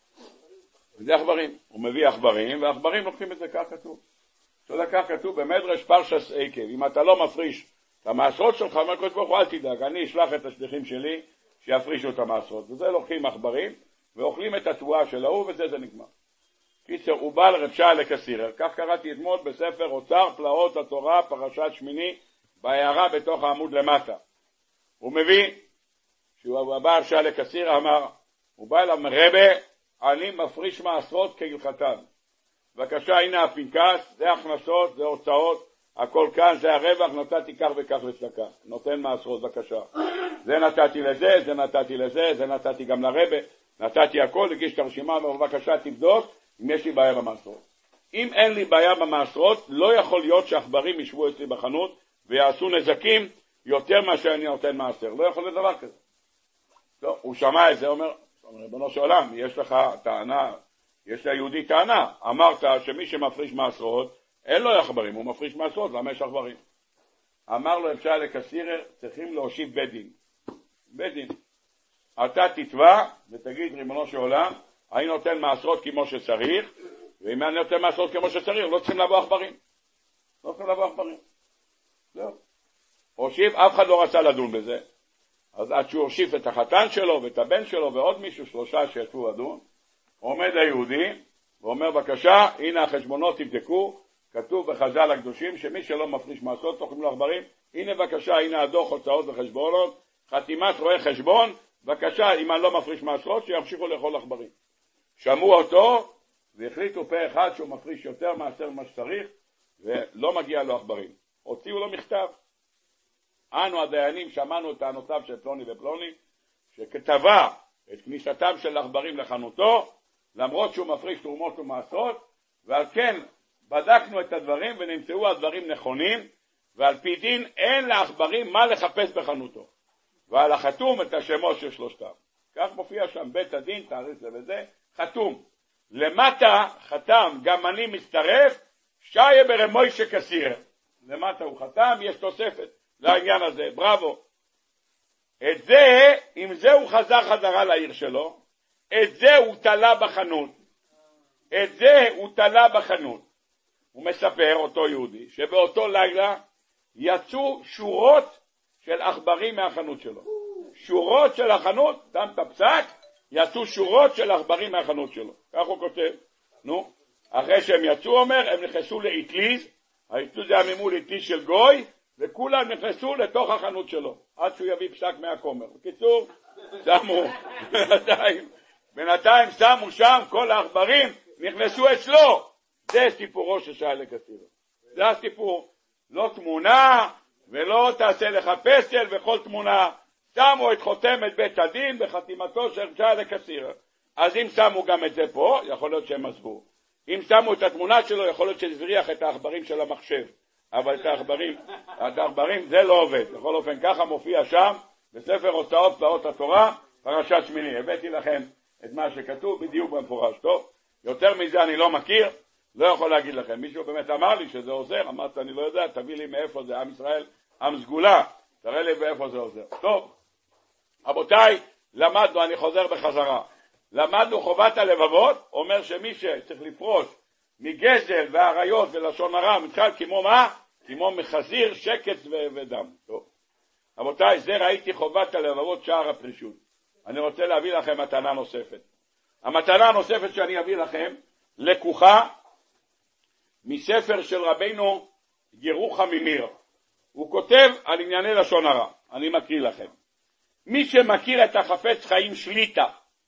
זה עכברים. הוא מביא עכברים, והעכברים לוקחים את זה, כך כתוב. כך כתוב במדרש פרשת עקב. אם אתה לא מפריש את המעשרות שלך, אומר הקדוש ברוך הוא, אל תדאג, אני אשלח את השליחים שלי שיפרישו את המעשרות. וזה לוקחים עכברים, ואוכלים את התבואה של ההוא, וזה נגמר. קיצר, הוא בא לרב שי לקסירר. כך קראתי אתמול בספר אוצר פלאות התורה, פרשת שמיני, בהערה בתוך העמוד למטה. הוא מביא, שהוא בא רב שי לקסירר, אמר, הוא בא אליו, רבא, אני מפריש מעשרות כהלכתן. בבקשה, הנה הפנקס, זה הכנסות, זה הוצאות, הכל כאן, זה הרווח, נתתי כך וכך לצדקה. נותן מעשרות, בבקשה. זה נתתי לזה, זה נתתי לזה, זה נתתי גם לרבא, נתתי הכל, הגיש את הרשימה, ובבקשה תבדוק, אם יש לי בעיה במעשרות. אם אין לי בעיה במעשרות, לא יכול להיות שעכברים ישבו אצלי בחנות ויעשו נזקים יותר מה שאני נותן מעשר. לא יכול להיות דבר כזה. לא, הוא שמע את זה, אומר, בנו של עולם, יש לך טענה, יש ליהודי טענה. אמרת שמי שמפריש מעשרות, אין לו עכברים, הוא מפריש מעשרות, למה יש עכברים? אמר לו אפשר לקסירר, צריכים להושיב בית דין. בית דין. אתה תתבע ותגיד ריבונו של עולם, אני נותן מעשרות כמו שצריך, ואם אני נותן מעשרות כמו שצריך, לא צריכים לבוא עכברים. לא צריכים לבוא עכברים. זהו. הושיב, אף אחד לא רצה לדון בזה. אז עד שהוא הושיב את החתן שלו ואת הבן שלו ועוד מישהו, 3 שישבו לדון, עומד היהודי ואומר בבקשה, הנה החשבונות תבדקו, כתוב בחז"ל הקדושים שמי שלא מפריש מעשרות תאכלו לו עכברים, הנה בבקשה, הנה הדוח הוצאות וחשבונות, חתימת רואה חשבון, בבקשה אם אני לא מפריש מעשרות שימשיכו לאכול עכברים. שמעו אותו והחליטו פה אחד שהוא מפריש יותר מעשר ממה שצריך ולא מגיע לו עכברים. הוציאו לו מכתב. אנו הדיינים שמענו את טענותיו של פלוני ופלוני שכתבה את כניסתם של עכברים לחנותו למרות שהוא מפריש תרומות ומעשרות, ועל כן בדקנו את הדברים ונמצאו הדברים נכונים, ועל פי דין אין לעכברים מה לחפש בחנותו, ועל החתום את השמות של 3. כך מופיע שם בית הדין, תאריך זה וזה, חתום. למטה חתם, גם אני מצטרף, שיה ברמוי שקסיר. למטה הוא חתם, יש תוספת לעניין הזה, בראבו. את זה, עם זה הוא חזר חזרה לעיר שלו, את זה הוא תלה בחנות. את זה הוא תלה בחנות. הוא מספר, אותו יהודי, שבאותו לילה יצאו שורות של עכברים מהחנות שלו. שורות של החנות, דם את הפסק, יצאו שורות של עכברים מהחנות שלו. כך הוא כותב. נו, אחרי שהם יצאו, אומר, הם נכנסו לאטליז, האטליז זה המימול אטליז של גוי, וכולם נכנסו לתוך החנות שלו, עד שהוא יביא פסק מהכומר. בקיצור, שמו, בינתיים שמו שם כל העכברים, נכנסו אצלו. זה סיפורו של שי לקסירו. זה הסיפור. לא תמונה, ולא תעשה לך פסל וכל תמונה. שמו את חותמת בית הדין בחתימתו של שי לקסירו. אז אם שמו גם את זה פה, יכול להיות שהם עזבו. אם שמו את התמונה שלו, יכול להיות שזריח את העכברים של המחשב. אבל את העכברים זה לא עובד. בכל אופן, ככה מופיע שם, בספר הוצאות פלאות התורה, פרשת שמיני. הבאתי לכם את מה שכתוב בדיוק במפורש. טוב, יותר מזה אני לא מכיר, לא יכול להגיד לכם. מישהו באמת אמר לי שזה עוזר, אמרת אני לא יודע, תביא לי מאיפה זה, עם ישראל, עם סגולה, תראה לי מאיפה זה עוזר. טוב, רבותיי, למדנו, אני חוזר בחזרה, למדנו חובת הלבבות, אומר שמי שצריך לפרוש מגזל והעריות ולשון הרע, מתחיל כמו מה? כמו מחזיר, שקץ ודם. טוב, רבותיי, זה ראיתי חובת הלבבות שער הפרישות. אני רוצה להביא לכם מתנה נוספת. המתנה הנוספת שאני אביא לכם לקוחה מספר של רבינו ירוחם ממיר. הוא כותב על ענייני לשון הרע. אני מקריא לכם. מי שמכיר את החפץ חיים שליטה,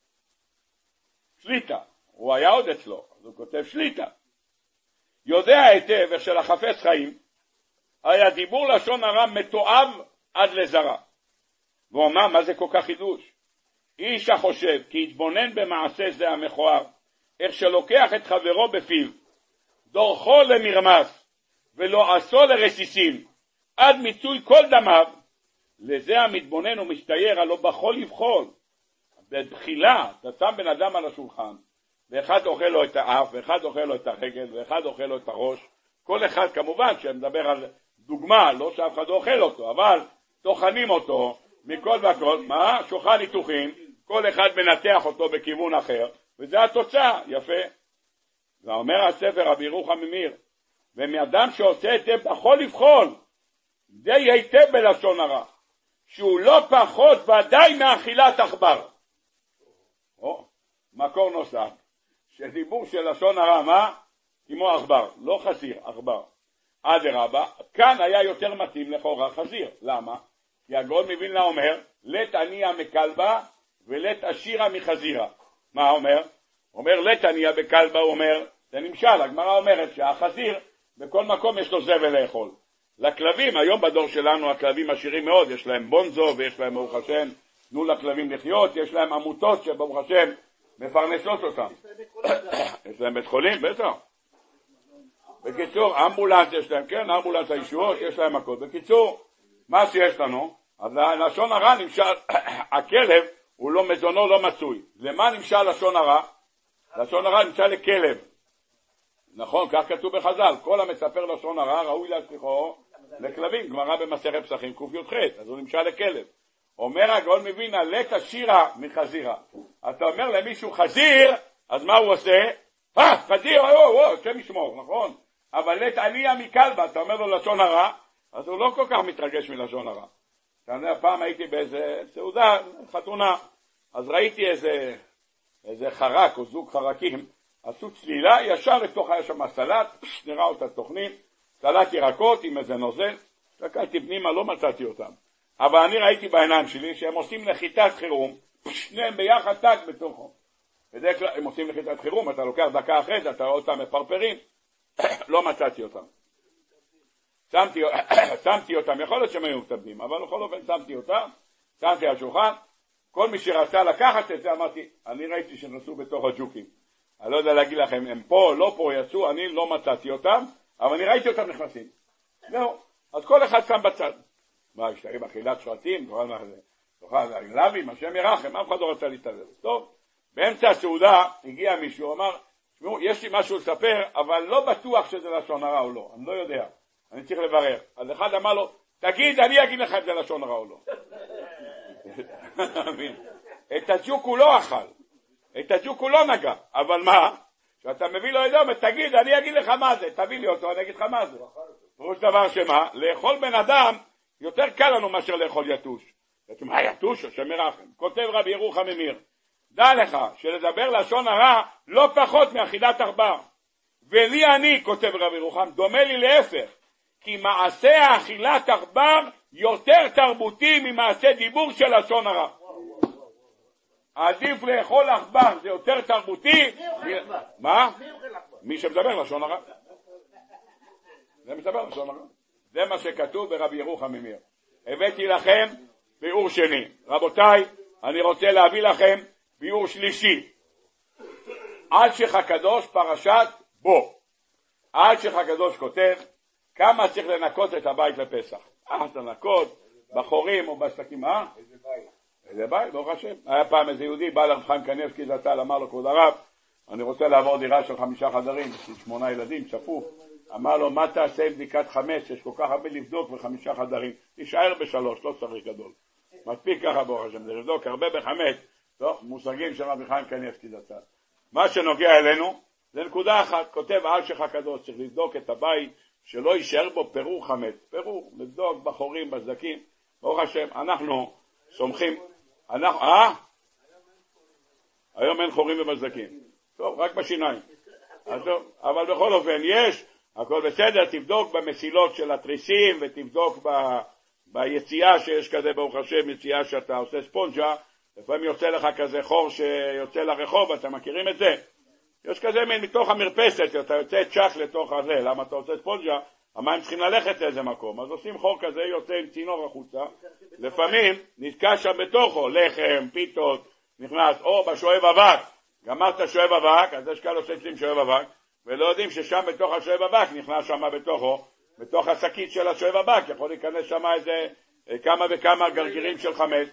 הוא היה עוד אצלו, אז הוא כותב שליטה, יודע היטב איך של החפץ חיים היה דיבור לשון הרע מתועב עד לזרה. והוא אמר, מה זה כל כך חידוש? איש החושב כי יתבונן במעשה זה המכוער, איך שלוקח את חברו בפיו, דורכו למרמס, ולא עשו לרסיסים, עד מיצוי כל דמיו, לזה המתבונן ומשתייר, הלא בכל לבחול. בתחילה, אתה שם בן אדם על השולחן, ואחד אוכל לו את האף, ואחד אוכל לו את הרגל, ואחד אוכל לו את הראש, כל אחד כמובן, שמדבר על דוגמה, לא שאף אחד אוכל אותו, אבל תוכנים אותו, מכל וכל, מה? שולחן ניתוחים, כל אחד מנתח אותו בכיוון אחר, וזה התוצאה, יפה. ואומר הספר רבי ירוחם ממיר, ומאדם שעושה את זה בכל לבחול, די היטב בלשון הרע, שהוא לא פחות ודאי מאכילת עכבר. מקור נוסף, שדיבור של לשון הרע, מה? כמו עכבר, לא חזיר, עכבר. אדרבה, כאן היה יותר מתאים לכאורה חזיר. למה? כי הגאון מווילנה אומר, לית עניה מכלבה ולית עשירה מחזירה. מה אומר? אומר לית עניה בכלבה, הוא אומר, זה נמשל, הגמרא אומרת שהחזיר בכל מקום יש לו זבל לאכול. לכלבים, היום בדור שלנו הכלבים עשירים מאוד, יש להם בונזו ויש להם ברוך השם, תנו לכלבים לחיות, יש להם עמותות שברוך השם מפרנסות אותם. יש להם בית חולים, בטח. בקיצור, אמבולנס יש להם, כן, אמבולנס הישועות, יש להם הכל. בקיצור, מה שיש לנו? אז לשון הרע נמשל, הכלב הוא לא מזונו, לא מצוי. למה נמשל לשון הרע? לשון הרע נמשל לכלב. נכון, כך כתוב בחז"ל, כל המספר לשון הרע ראוי להשליכו לכלבים, גמרא במסכת פסחים ק"ח, אז הוא נמשל לכלב. אומר הגאון מווילנה, לית השירה מחזירה. אתה אומר למישהו חזיר, אז מה הוא עושה? חזיר, השם ישמור, נכון? אבל לית עניה מכלבה, אתה אומר לו לשון הרע, אז הוא לא כל כך מתרגש מלשון הרע. אתה יודע, פעם הייתי באיזה סעודה, חתונה, אז ראיתי איזה חרק או זוג חרקים, עשו צלילה, ישר לתוך היה שם סלט, נראה אותה תוכנית, סלט ירקות עם איזה נוזל, שקלתי פנימה, לא מצאתי אותם. אבל אני ראיתי בעיניים שלי שהם עושים נחיתת חירום, שניהם ביחד טק בתוכו. בדרך כלל הם עושים נחיתת חירום, אתה לוקח דקה אחרי זה, אתה רואה אותם מפרפרים, לא מצאתי אותם. שמתי אותם, יכול להיות שהם היו מתאבדים, אבל בכל אופן שמתי אותם, שמתי על שולחן, כל מי שרצה לקחת את זה, אמרתי, אני ראיתי שנסעו בתוך הג'וקים. אני לא יודע להגיד לכם, הם פה, לא פה, יצאו, אני לא מצאתי אותם, אבל אני ראיתי אותם נכנסים. זהו, אז כל אחד שם בצד. מה, השתרים אכילת שרתים, תאכל גלבים, השם ירחם, אף אחד לא רצה להתערב. טוב, באמצע הסעודה הגיע מישהו, אמר, תשמעו, יש לי משהו לספר, אבל לא בטוח שזה לשון הרע או לא, אני לא יודע, אני צריך לברר. אז אחד אמר לו, תגיד, אני אגיד לך אם זה לשון הרע או לא. את הג'וק הוא לא אכל, את הג'וק הוא לא נגע, אבל מה? שאתה מביא לו את זה, תגיד, אני אגיד לך מה זה, תביא לי אותו, אני אגיד לך מה זה. פירוש דבר שמה? לאכול בן אדם יותר קל לנו מאשר לאכול יתוש. מה יתוש? השם ירחם. כותב רבי ירוחם ממיר, דע לך שלדבר לשון הרע לא פחות מאכילת עכבר. ולי אני, כותב רבי ירוחם, דומה לי להפך, כי מעשה אכילת עכבר יותר תרבותי ממעשה דיבור של לשון הרע. עדיף לאכול עכבר, זה יותר תרבותי. מה? מי שמדבר לשון הרע. זה מדבר לשון הרע. זה מה שכתוב ברבי ירוחם ממיר. הבאתי לכם ביאור שני. רבותיי, אני רוצה להביא לכם ביאור שלישי. אלשיך הקדוש, פרשת בו. אלשיך הקדוש כותב, כמה צריך לנקות את הבית לפסח. לנקות, בחורים או בשקים, איזה בית? איזה בית, ברוך השם. היה פעם איזה יהודי, בא לרב חיים קניבסקי זצ"ל, אמר לו, כבוד הרב, אני רוצה לעבור דירה של 5 חדרים, יש לי 8 ילדים, צפוף. אמר לו, מה תעשה עם בדיקת 5, יש כל כך הרבה לבדוק ב5 חדרים, תישאר ב3, לא צריך גדול. מספיק ככה ברוך השם, זה לבדוק הרבה ב5, טוב, מושגים של רבי חיים קניבסקי זצ"ל. מה שנוגע אלינו, זה נקודה אחת, כותב אלשיך הקדוש, צריך לבדוק את הבית, שלא יישאר בו פירור חמץ, פירור, לבדוק בחורים, בסדקים, ברוך השם, אנחנו סומכים, היום אין חורים ובסדקים, טוב, רק בשיניים, אבל בכל אופן יש, הכל בסדר, תבדוק במסילות של התריסים, ותבדוק ביציאה שיש כזה, ברוך השם, יציאה שאתה עושה ספונג'ה, לפעמים יוצא לך כזה חור שיוצא לרחוב, אתם מכירים את זה? יש כזה מתוך המרפסת, אתה יוצא צ'ק לתוך הזה, למה אתה עושה ספונג'ה? המים צריכים ללכת לאיזה מקום, אז עושים חור כזה, יוצא עם צינור החוצה, לפעמים נתקע שם בתוכו, לחם, פיתות, נכנס, או בשואב אבק, גמרת שואב אבק, אז יש כאלה שעושים שואב אבק, ולא יודעים ששם בתוך השואב אבק, נכנס שם בתוכו, בתוך השקית של השואב אבק, יכול להיכנס שם איזה כמה וכמה גרגירים של חמץ,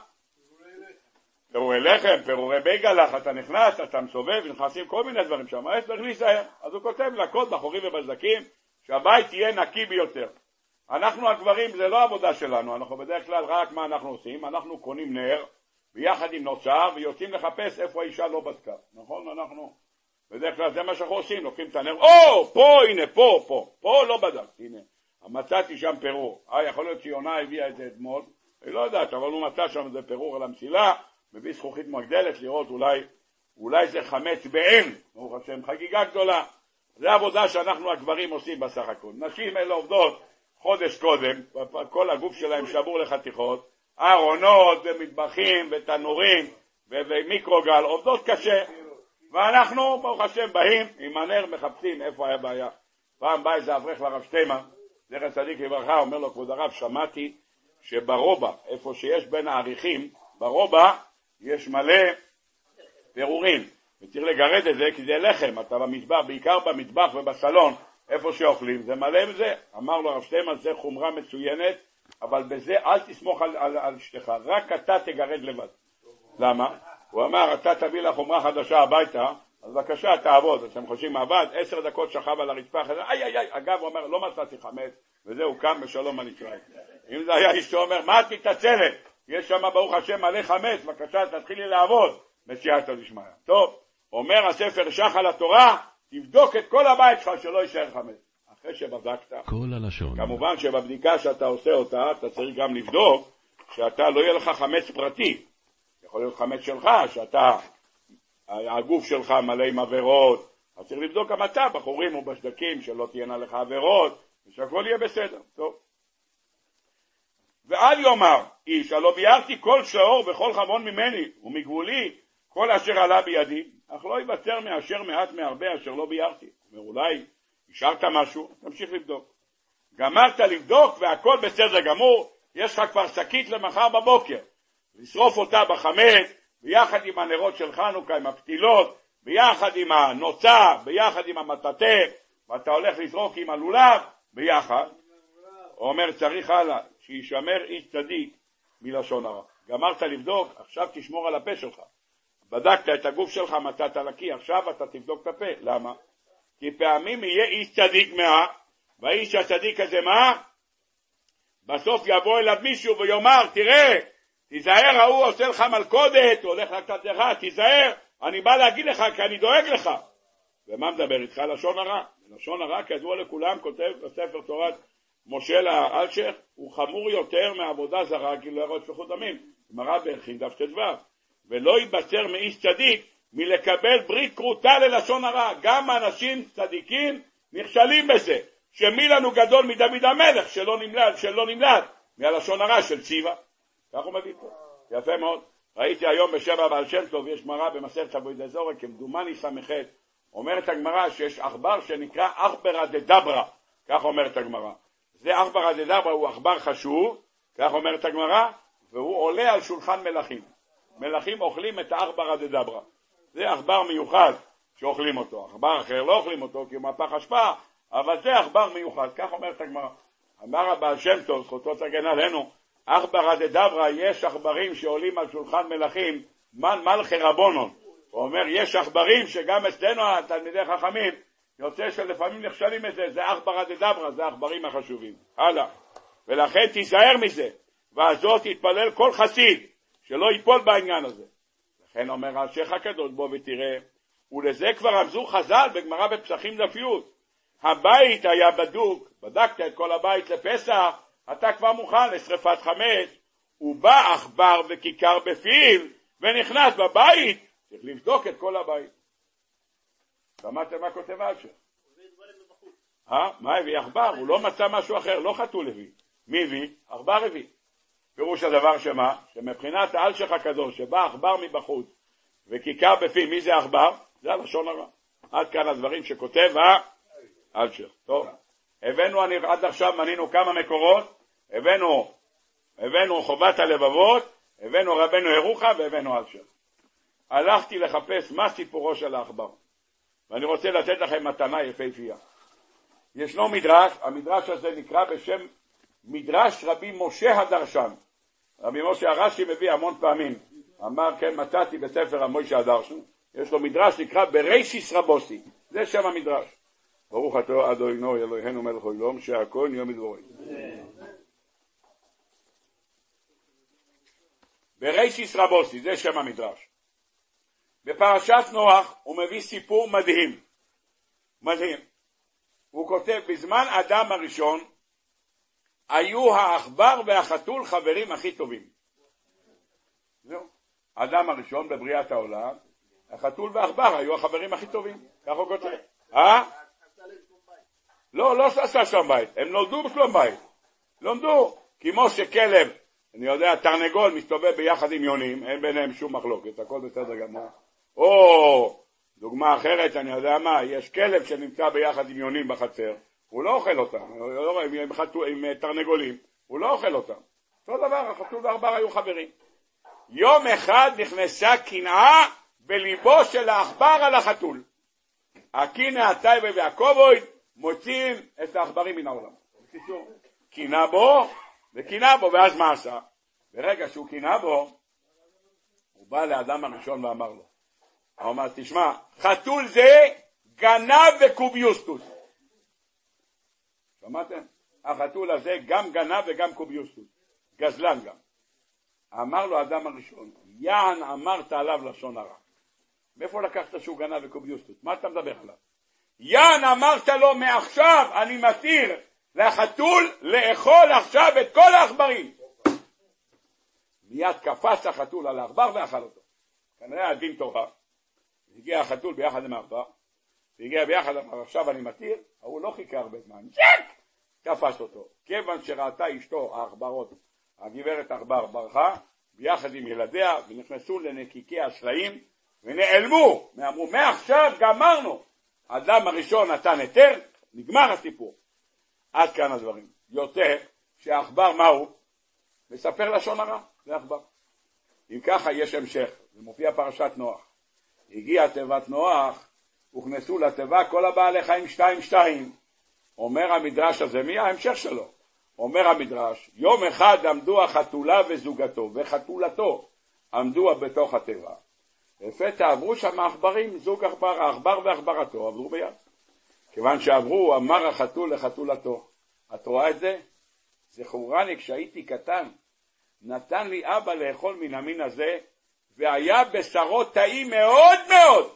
פירורי לחם, פירורי בייגלח, אתה נכנס, אתה מסובב, נכנסים כל מיני דברים שם, אז צריך להיזהר. אז הוא כותב לקוד בחורים ובסדקים, שהבית יהיה נקי ביותר. אנחנו הגברים, זה לא עבודה שלנו, אנחנו בדרך כלל רק מה אנחנו עושים, אנחנו קונים נר, ביחד עם נוצר, ויוצאים לחפש איפה האישה לא בדקה, נכון? אנחנו, בדרך כלל זה מה שאנחנו עושים, לוקחים את הנר, פה, הנה, פה לא בדק, הנה, מצאתי שם פירור, יכול להיות שיונה הביאה את זה אתמול, היא לא יודעת, אבל הוא מצא שם איזה פירור על המסילה, מביא זכוכית מגדלת לראות אולי זה חמץ בעין, ברוך השם, חגיגה גדולה. זה עבודה שאנחנו הגברים עושים בסך הכל. נשים אלה עובדות חודש קודם, כל הגוף שלהם שבור לחתיכות, ארונות ומטבחים ותנורים ומיקרוגל, עובדות קשה. ואנחנו, ברוך השם, באים עם הנר מחפשים איפה היה בעיה. פעם בא איזה אברך לרב שטיימן, זכר צדיק לברכה, אומר לו, כבוד הרב, שמעתי שברובה, איפה שיש בין העריכים, ברובה יש מלא פירורים, וצריך לגרד את זה כי זה לחם, אתה במטבח, בעיקר במטבח ובסלון, איפה שאוכלים, זה מלא בזה. אמר לו הרב שטיימן, זה חומרה מצוינת, אבל בזה אל תסמוך על אשתך, רק אתה תגרד לבד. למה? הוא אמר, אתה תביא לה חומרה חדשה הביתה, אז בבקשה, תעבוד. אתם חושבים עבד, 10 דקות שכב על הרצפה, איי, אגב, הוא אומר, לא מצאתי חמץ, וזהו, קם בשלום הנשאר. אם זה היה איש שאומר, מה את מתעצלת? יש שם ברוך השם מלא חמץ, בבקשה, תתחילי לעבוד, בסייעתא דשמיא. טוב, אומר הספר שחל התורה, תבדוק את כל הבית שלך שלא יישאר חמץ. אחרי שבדקת, כל הלשון. כמובן שבבדיקה שאתה עושה אותה, אתה צריך גם לבדוק שאתה לא יהיה לך חמץ פרטי. יכול להיות חמץ שלך, שאתה, הגוף שלך מלא עם עבירות, אז צריך לבדוק גם אתה, בחורים ובשדקים, שלא תהיינה לך עבירות, ושהכל יהיה בסדר. טוב. ואל יאמר איש, הלא ביארתי כל שעור וכל חבון ממני, ומגבולי כל אשר עלה בידי, אך לא יוותר מאשר מעט מהרבה אשר לא ביארתי. אומר, אולי השארת משהו, תמשיך לבדוק. גמרת לבדוק והכל בסדר גמור, יש לך כבר שקית למחר בבוקר, לשרוף אותה בחמץ, ביחד עם הנרות של חנוכה, עם הפתילות, ביחד עם הנוצה, ביחד עם המטאטא, ואתה הולך לזרוק עם הלולב, ביחד. הוא אומר, צריך הלאה, שישמר איש צדיק מלשון הרע. גמרת לבדוק, עכשיו תשמור על הפה שלך. בדקת את הגוף שלך, מצאת לקי, עכשיו אתה תבדוק את הפה. למה? כי פעמים יהיה איש צדיק והאיש הצדיק הזה מה? בסוף יבוא אליו מישהו ויאמר, תראה, תיזהר, ההוא עושה לך מלכודת, הוא הולך לקצת לך, תיזהר, אני בא להגיד לך כי אני דואג לך. ומה מדבר איתך? לשון הרע. לשון הרע, כידוע לכולם, כותב בספר תורת משה לאלשיך, הוא חמור יותר מעבודה זרה, כי לא יראו שפיכות דמים. גמרא בערכין דף ט"ו. ולא ייבצר מאיש צדיק מלקבל ברית כרותה ללשון הרע. גם אנשים צדיקים נכשלים בזה. שמי לנו גדול מדוד המלך שלא נמלט מהלשון הרע של ציווה. כך הוא מביא פה. יפה מאוד. ראיתי היום בשבע בעל שם טוב, יש גמרא במסכת אבוידע זורא, כמדומני ס"ח, אומרת הגמרא שיש עכבר שנקרא עכברא דדברא. כך אומרת הגמרא. זה עכברא דדברא, הוא עכבר חשוב, כך אומרת הגמרא, והוא עולה על שולחן מלכים. מלכים אוכלים את העכברא דדברא. זה עכבר מיוחד שאוכלים אותו. עכבר אחר לא אוכלים אותו כי הוא מפח אשפה, אבל זה עכבר מיוחד. כך אומרת הגמרא. אמר הבעל שם טוב, זכותו תגן עלינו, עכברא דדברא, יש עכברים שעולים על שולחן מלכים, מלכי רבונון. הוא אומר, יש עכברים שגם אצלנו התלמידי חכמים, יוצא שלפעמים נכשלים את זה, זה עכברא דדברא, זה העכברים החשובים. הלאה. ולכן תיזהר מזה, והזאת תתפלל כל חסיד, שלא ייפול בעניין הזה. לכן אומר השייח הקדוש, בוא ותראה, ולזה כבר רמזו חז"ל בגמרא בפסחים דף י', הבית היה בדוק, בדקת את כל הבית לפסח, אתה כבר מוכן לשרפת חמץ, ובא עכבר וכיכר בפיו, ונכנס בבית, צריך לבדוק את כל הבית. שמעתם מה כותב אלשיך? מה הביא? עכבר, הוא לא מצא משהו אחר, לא חתול הביא. מי הביא? עכבר הביא. פירוש הדבר שמה? שמבחינת האלשיך הקדוש, שבא עכבר מבחוץ, וכיכר בפיו, מי זה עכבר? זה הלשון הרע. עד כאן הדברים שכותב האלשיך. טוב. עד עכשיו מנינו כמה מקורות, הבאנו חובת הלבבות, הבאנו רבנו ירוחם והבאנו אלשיך. הלכתי לחפש מה סיפורו של העכבר, ואני רוצה לתת לכם מתנה יפהפייה. ישנו מדרש, המדרש הזה נקרא בשם מדרש רבי משה הדרשן. רבי משה הרש"י מביא המון פעמים, אמר כן מצאתי בספר המוישה הדרשן, יש לו מדרש נקרא ברישיס רבוסי, זה שם המדרש. ברוך אתה אדוני אלוהינו מלך העולם שהכל נהיה מדברו. ברישיס רבוסי, זה שם המדרש. בפרשת נוח הוא מביא סיפור מדהים. מדהים. הוא כותב, בזמן אדם הראשון היו העכבר והחתול חברים הכי טובים. זהו. אדם הראשון בבריאת העולם, החתול והעכבר היו החברים הכי טובים. כך הוא כותב. לא עשה שם בית, הם נולדו בשלום בית. לומדו, כמו שכלב, אני יודע, תרנגול מסתובב ביחד עם יונים, אין ביניהם שום מחלוקת, הכל בסדר גמור. או דוגמה אחרת, אני יודע מה, יש כלב שנמצא ביחד עם יונים בחצר, הוא לא אוכל אותם, עם תרנגולים, הוא לא אוכל אותם. אותו דבר, החתול והעכבר היו חברים. יום אחד נכנסה קנאה בליבו של העכבר על החתול. הקנאה הטייבה והכובד מוציאים את העכברים מן העולם. קנאה בו, ואז מה עשה? ברגע שהוא קנאה בו, הוא בא לאדם הראשון ואמר לו, הוא אומר, תשמע, חתול זה גנב וקוביוסטוס. שמעתם? החתול הזה גם גנב וגם קוביוסטוס. גזלן גם. אמר לו האדם הראשון, יען אמרת עליו לשון הרע. מאיפה לקחת שהוא גנב וקוביוסטוס? מה אתה מדבר עליו? יען אמרת לו, מעכשיו אני מתיר לחתול לאכול עכשיו את כל העכברים. מיד קפץ החתול על העכבר ואכל אותו. כנראה הדין תורה. הגיע החתול ביחד עם העכבר, והגיע ביחד עם עכשיו אני מתיר, הוא לא חיכה הרבה זמן. תפס אותו. כיוון שראתה אשתו העכברות, הגברת העכבר ברחה, ביחד עם ילדיה, ונכנסו לנקיקי השלעים, ונעלמו. ואמרו, מעכשיו גמרנו. האדם הראשון נתן היתר, נגמר הסיפור. עד כאן הדברים. יותר שהעכבר מהו? מספר לשון הרע, זה עכבר. אם ככה יש המשך, זה מופיע פרשת נוח. הגיעה תיבת נוח, הוכנסו לתיבה כל הבעלי חיים 2-2. אומר המדרש הזה, מי ההמשך שלו? אומר המדרש, יום אחד עמדו החתולה וזוגתו וחתולתו עמדו בתוך התיבה. לפתע עברו שם העכברים, זוג עכבר, העכבר ועכברתו עברו ביד. כיוון שעברו, אמר החתול לחתולתו. את רואה את זה? זכורני, כשהייתי קטן, נתן לי אבא לאכול מן המין הזה, והיה בשרו טעים מאוד מאוד.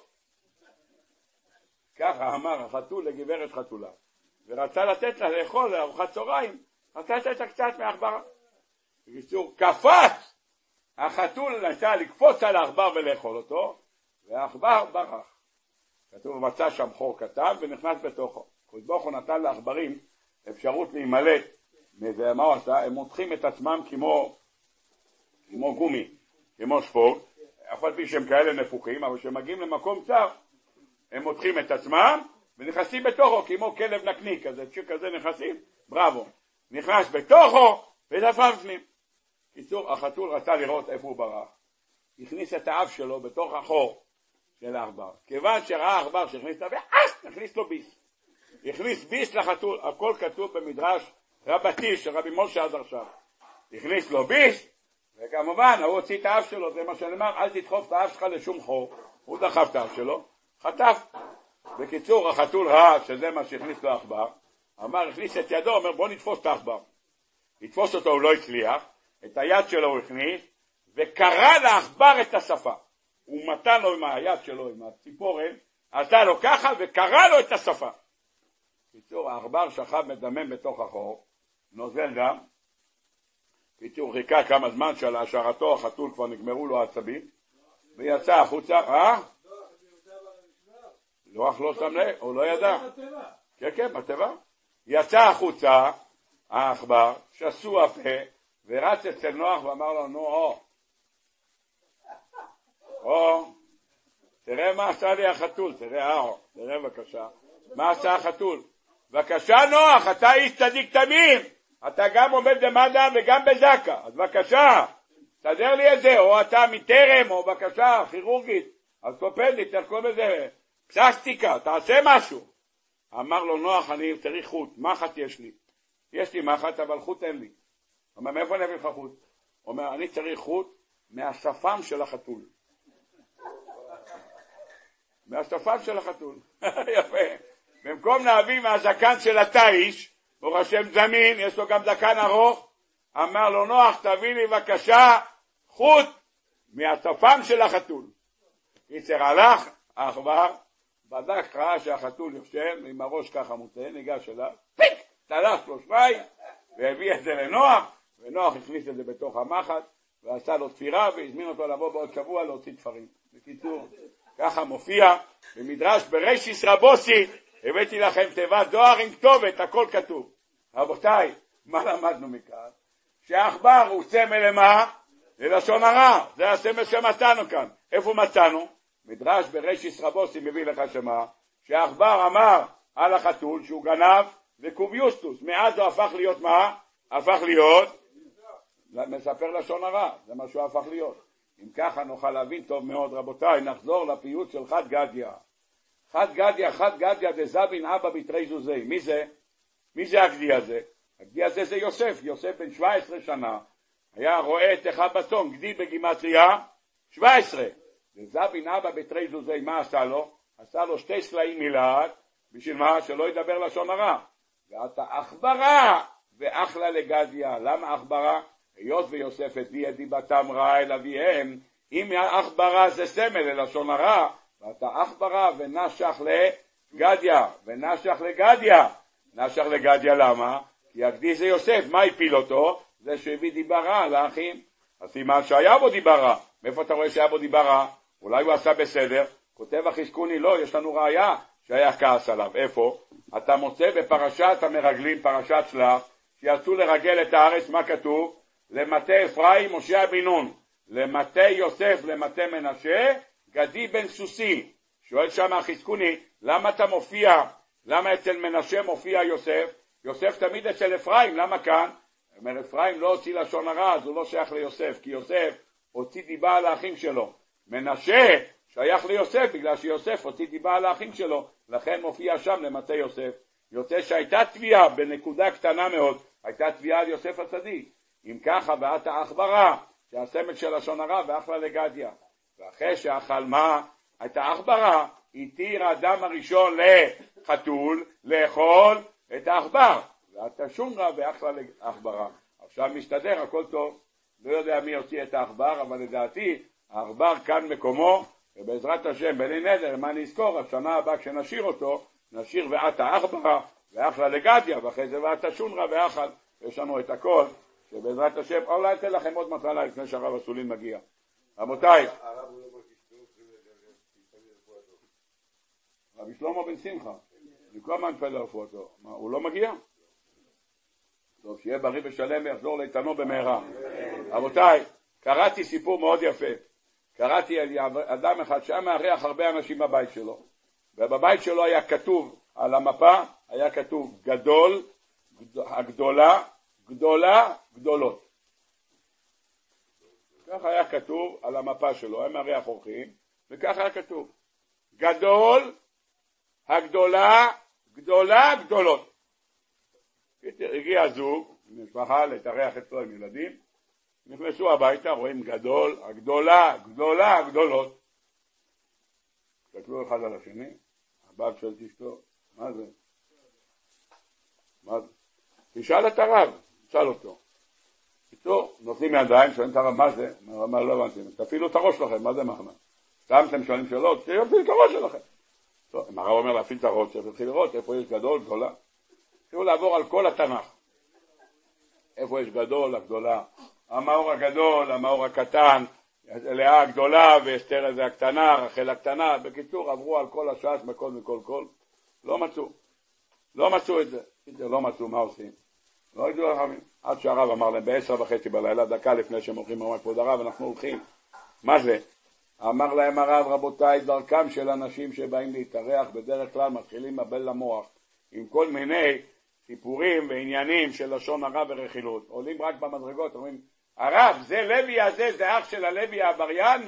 ככה אמר החתול לגברת חתולה. ורצה לתת לה לאכול לארוחת צהריים, רצה לתת לה קצת מעכבר. בקיצור, קפץ! החתול ניסה לקפוץ על העכבר ולאכול אותו, והעכבר ברח. כתוב, מצא שם חור קטן ונכנס בתוכו. הקדוש הוא נתן לעכברים אפשרות להימלט. ומה הוא עשה? הם מותחים את עצמם כמו גומי, כמו ספורט, אף על פי שהם כאלה נפוחים, אבל כשמגיעים למקום צר, הם מותחים את עצמם ונכנסים בתוכו, כמו כלב נקניק, כזה נכנסים, בראבו. נכנס בתוכו ודפק פנים. קיצור, החתול רצה לראות איפה הוא ברח. הכניס את האף שלו בתוך החור של העכבר. כיוון שראה העכבר שהכניס את האף, הכניס לו ביס. הכניס ביס לחתול, הכל כתוב במדרש רבתי של רבי משה עד עכשיו. הכניס לו ביס, וכמובן הוא הוציא את האף שלו, זה מה שאני אומר, אל תדחוף את האף שלך לשום חור. הוא דחף את האף שלו, חטף. בקיצור, החתול ראה שזה מה שהכניס לו העכבר, אמר, הכניס את ידו, אומר בוא נתפוס את העכבר. לתפוס אותו הוא לא הצליח, את היד שלו הוא הכניס, וקרא לעכבר את השפה. הוא מתן לו עם היד שלו, עם הציפורן, עשה לו ככה וקרא לו את השפה. בקיצור, העכבר שכב מדמם בתוך החור, נוזל דם. בקיצור, חיכה כמה זמן של השארתו, החתול כבר נגמרו לו העצבים, ויצא החוצה, לא שם לב, הוא לא ידע. כן, בטבע. יצא החוצה, העכבר, שסו הפה, ורץ אצל נוח ואמר לו, נו, תראה מה עשה לי החתול, תראה בבקשה, מה עשה החתול. בבקשה נוח, אתה איש צדיק תמים, אתה גם עומד במדע וגם בזקה, אז בבקשה, תסדר לי את זה, או אתה מטרם, או בבקשה, כירורגית, אורתופדית, תרקום בזה, פלסטיקה, תעשה משהו. אמר לו נוח, אני צריך חוט, מחט יש לי. יש לי מחט, אבל חוט אין לי. אומר, מאיפה אני אביא לך חוט? אומר, אני צריך חוט מהשפם של החתול. מהשפם של החתול. יפה. במקום להביא מהזקן של התאיש, הוא רשם זמין, יש לו גם זקן ארוך, אמר לו נוח, תביא לי בבקשה חוט מהשפם של החתול. קיצר הלך, העכבר, בדק ראה שהחתול יושב, עם הראש ככה מוטה, ניגש אליו, פיק, תלך לו שווי, והביא את זה לנוח, ונוח הכניס את זה בתוך המחט, ועשה לו תפירה, והזמין אותו לבוא בעוד שבוע להוציא תפרים. בקיצור, ככה מופיע, במדרש ברישיס רבוסי, הבאתי לכם תיבת דואר עם כתובת, הכל כתוב. רבותיי, מה למדנו מכאן? שהעכבר הוא סמל למה? ללשון הרע, זה הסמל שמצאנו כאן. איפה מצאנו? מדרש ברישיס רבוסי מביא לך שמה, שהעכבר אמר על החתול שהוא גנב וקוביוסטוס, מאז הוא הפך להיות מה? הפך להיות מספר לשון הרע, זה מה שהוא הפך להיות. אם ככה נוכל להבין טוב מאוד, רבותיי, נחזור לפיוט של חד גדיה. חד גדיה דזבין אבא בתרי זוזי. מי זה? מי זה הגדי הזה? הגדי הזה זה יוסף. יוסף בן 17 שנה היה רואה את אחד בצום, גדי בגימטריה 17. וזבין אבא בתרי זוזי, מה עשה לו? עשה לו 2 סלעים מלעד, בשביל מה? שלא ידבר לשון הרע. ואתה אכברה ואחלה לגדיה. למה אכברה? היות ויוסף הביא את דיבתם רע אל אביהם, אם אכברה זה סמל ללשון הרע, ואתה אכברה ונשך לגדיה, ונשך לגדיה. נשך לגדיה למה? כי הגדי זה יוסף, מה הפיל אותו? זה שהביא דיבה רע לאחים. אז סימן שהיה בו דיבה רע. מאיפה אתה רואה שהיה בו דיבה רע? אולי הוא עשה בסדר. כותב החזקוני, לא, יש לנו ראיה שהיה כעס עליו. איפה? אתה מוצא בפרשת המרגלים, פרשת שלח, שיצאו לרגל את הארץ, מה כתוב? למטה אפרים משה בן נון, למטה יוסף, למטה מנשה, גדי בן סוסי. שואל שם החזקוני, למה אתה מופיע, למה אצל מנשה מופיע יוסף? יוסף תמיד אצל אפרים, למה כאן? אומר, אפרים לא הוציא לשון הרע, אז הוא לא שייך ליוסף, כי יוסף הוציא דיבה על האחים שלו. מנשה שייך ליוסף, בגלל שיוסף הוציא דיבה על האחים שלו, לכן מופיע שם למטה יוסף. יוצא שהייתה תביעה בנקודה קטנה מאוד, הייתה תביעה על יוסף הצדיק. אם ככה, ואת האכברה, שהסמל של לשון הרע, ואחלה לגדיה. ואחרי שאכל מה? הייתה האכברה, התיר האדם הראשון לחתול, לאכול את האכבר. ואתה שומרה ואחלה לאכברה. עכשיו מסתדר, הכל טוב. לא יודע מי הוציא את האכבר, אבל לדעתי, האכבר כאן מקומו, ובעזרת השם, בלי נדר, מה נזכור? השנה הבאה כשנשיר אותו, נשיר ואת האכברה, ואחלה לגדיה, ואחרי זה ואת השומרה ואכל. יש לנו את הכל. שבעזרת השם, אולי אתן לכם עוד מטלה לפני שהרב הסולין מגיע. רבותיי, רבי שלמה בן שמחה, לכל מה נפל לרפואתו, הוא לא מגיע? טוב, שיהיה בריא ושלם ויחזור לאיתנו במהרה. רבותיי, קראתי סיפור מאוד יפה. קראתי על אדם אחד שהיה מארח הרבה אנשים בבית שלו, ובבית שלו היה כתוב על המפה, היה כתוב גדול, הגדולה, גדולה, גדולות. ככה היה כתוב על המפה שלו, היה מארח אורחים, וככה היה כתוב. גדול, הגדולה, גדולה, גדולות. הגיע הזוג, משפחה להתארח אצלו עם ילדים, נכנסו הביתה, רואים גדול, הגדולה, גדולה, גדולות. תסתכלו אחד על השני, הבעל שואל את אשתו, מה זה? מה זה? תשאל את הרב. שאל אותו. איתו, נותנים ידיים, שואלים את הרב, מה זה? מה לא הבנתם? תפעילו את הראש שלכם, מה זה מאמר? סתם אתם שואלים שאלות, תפעילו את הראש שלכם. טוב, אם הרב אומר להפעיל את הראש, תתחיל לראות איפה יש גדול, גדולה. תתחילו לעבור על כל התנ"ך. איפה יש גדול, הגדולה. המאור הגדול, המאור הקטן, לאה הגדולה, ואסתר איזה הקטנה, רחל הקטנה. בקיצור, עברו על כל הש"ס, מכל. לא מצאו. לא מצאו את זה. לא מצאו, מה עושים? לא ידעו לחמים. עד שהרב אמר להם ב10:30 בלילה, דקה לפני שהם הולכים ממש כבוד הרב, אנחנו הולכים. מה זה? אמר להם הרב, רבותיי, דרכם של אנשים שבאים להתארח, בדרך כלל מתחילים מבל למוח, עם כל מיני סיפורים ועניינים של לשון הרע ורכילות. עולים רק במדרגות, אומרים, הרב, זה לוי הזה, זה אח של הלוי העבריין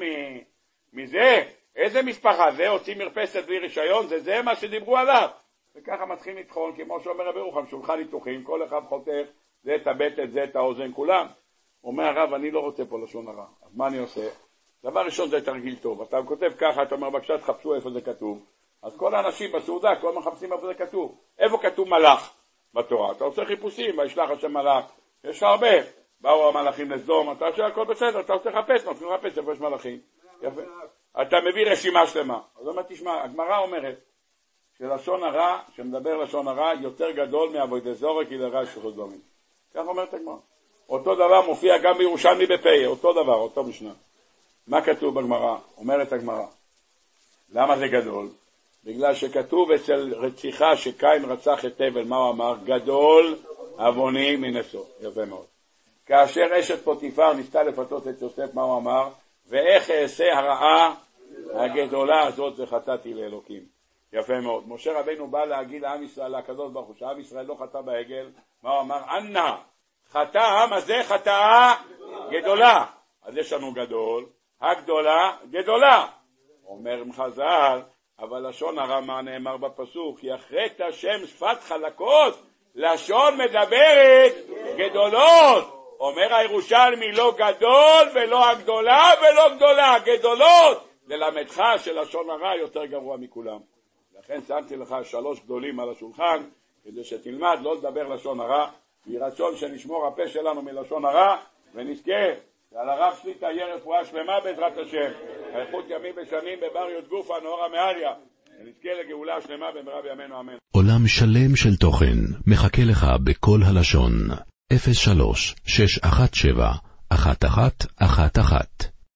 מזה. איזה משפחה? זה הוציא מרפסת בלי רישיון, זה מה שדיברו עליו. וככה מתחילים לטחון, כמו שאומר רבי רוחם, שולחן ניתוחים, כל אחד חותך, זה את הבטן, זה את האוזן, כולם. אומר הרב, אני לא רוצה פה לשון הרע. אז מה אני עושה? דבר ראשון זה תרגיל טוב. אתה כותב ככה, אתה אומר, בבקשה תחפשו איפה זה כתוב. אז כל האנשים בסעודה, כל מחפשים איפה זה כתוב. איפה כתוב מלאך בתורה? אתה עושה חיפושים, וישלח השם מלאך. יש הרבה. באו המלאכים לסדום, אתה עושה הכל בסדר, אתה עושה חפש, מתחילים לחפש איפה יש מלאכים. יפה. אתה מביא רשימה שלמה. אז אומר, תשמע, הגמרא אומרת, שלשון הרע, שמדבר לשון הרע, יותר גדול מעבודת זרה, כי לרע יש שחוט דומים. כך אומרת הגמרא. אותו דבר מופיע גם בירושלמי בפ"א, אותו דבר, אותו משנה. מה כתוב בגמרא? אומרת הגמרא. למה זה גדול? בגלל שכתוב אצל רציחה שקין רצח את הבל, מה הוא אמר? גדול עווני מנשוא. יפה מאוד. כאשר אשת פוטיפר ניסתה לפתות את יוסף, מה הוא אמר? ואיך אעשה הרעה הגדולה הזאת וחטאתי לאלוקים. יפה מאוד. משה רבינו בא להגיד לעם ישראל, לקדוש ברוך הוא, שעם ישראל לא חטא בעגל, מה הוא אמר? אנא, חטא העם הזה חטאה גדולה. אז יש לנו גדול, הגדולה, גדולה. אומר חז"ל, אבל לשון הרע מה נאמר בפסוק? יחרט השם שפת חלקות, לשון מדברת גדולות. אומר הירושלמי, לא גדול ולא הגדולה ולא גדולה, גדולות. ללמדך שלשון הרע יותר גרוע מכולם. לכן שמתי לך 3 גדולים על השולחן, כדי שתלמד לא לדבר לשון הרע, ויהי רצון שנשמור הפה שלנו מלשון הרע, ונזכה שעל הרב שלי תהיה רפואה שלמה בעזרת השם, איכות ימים ושנים בבריות גופה נאורה מעליה, ונזכה לגאולה שלמה במהרה בימינו אמן. עולם שלם של תוכן מחכה לך בכל הלשון. 03-617-1111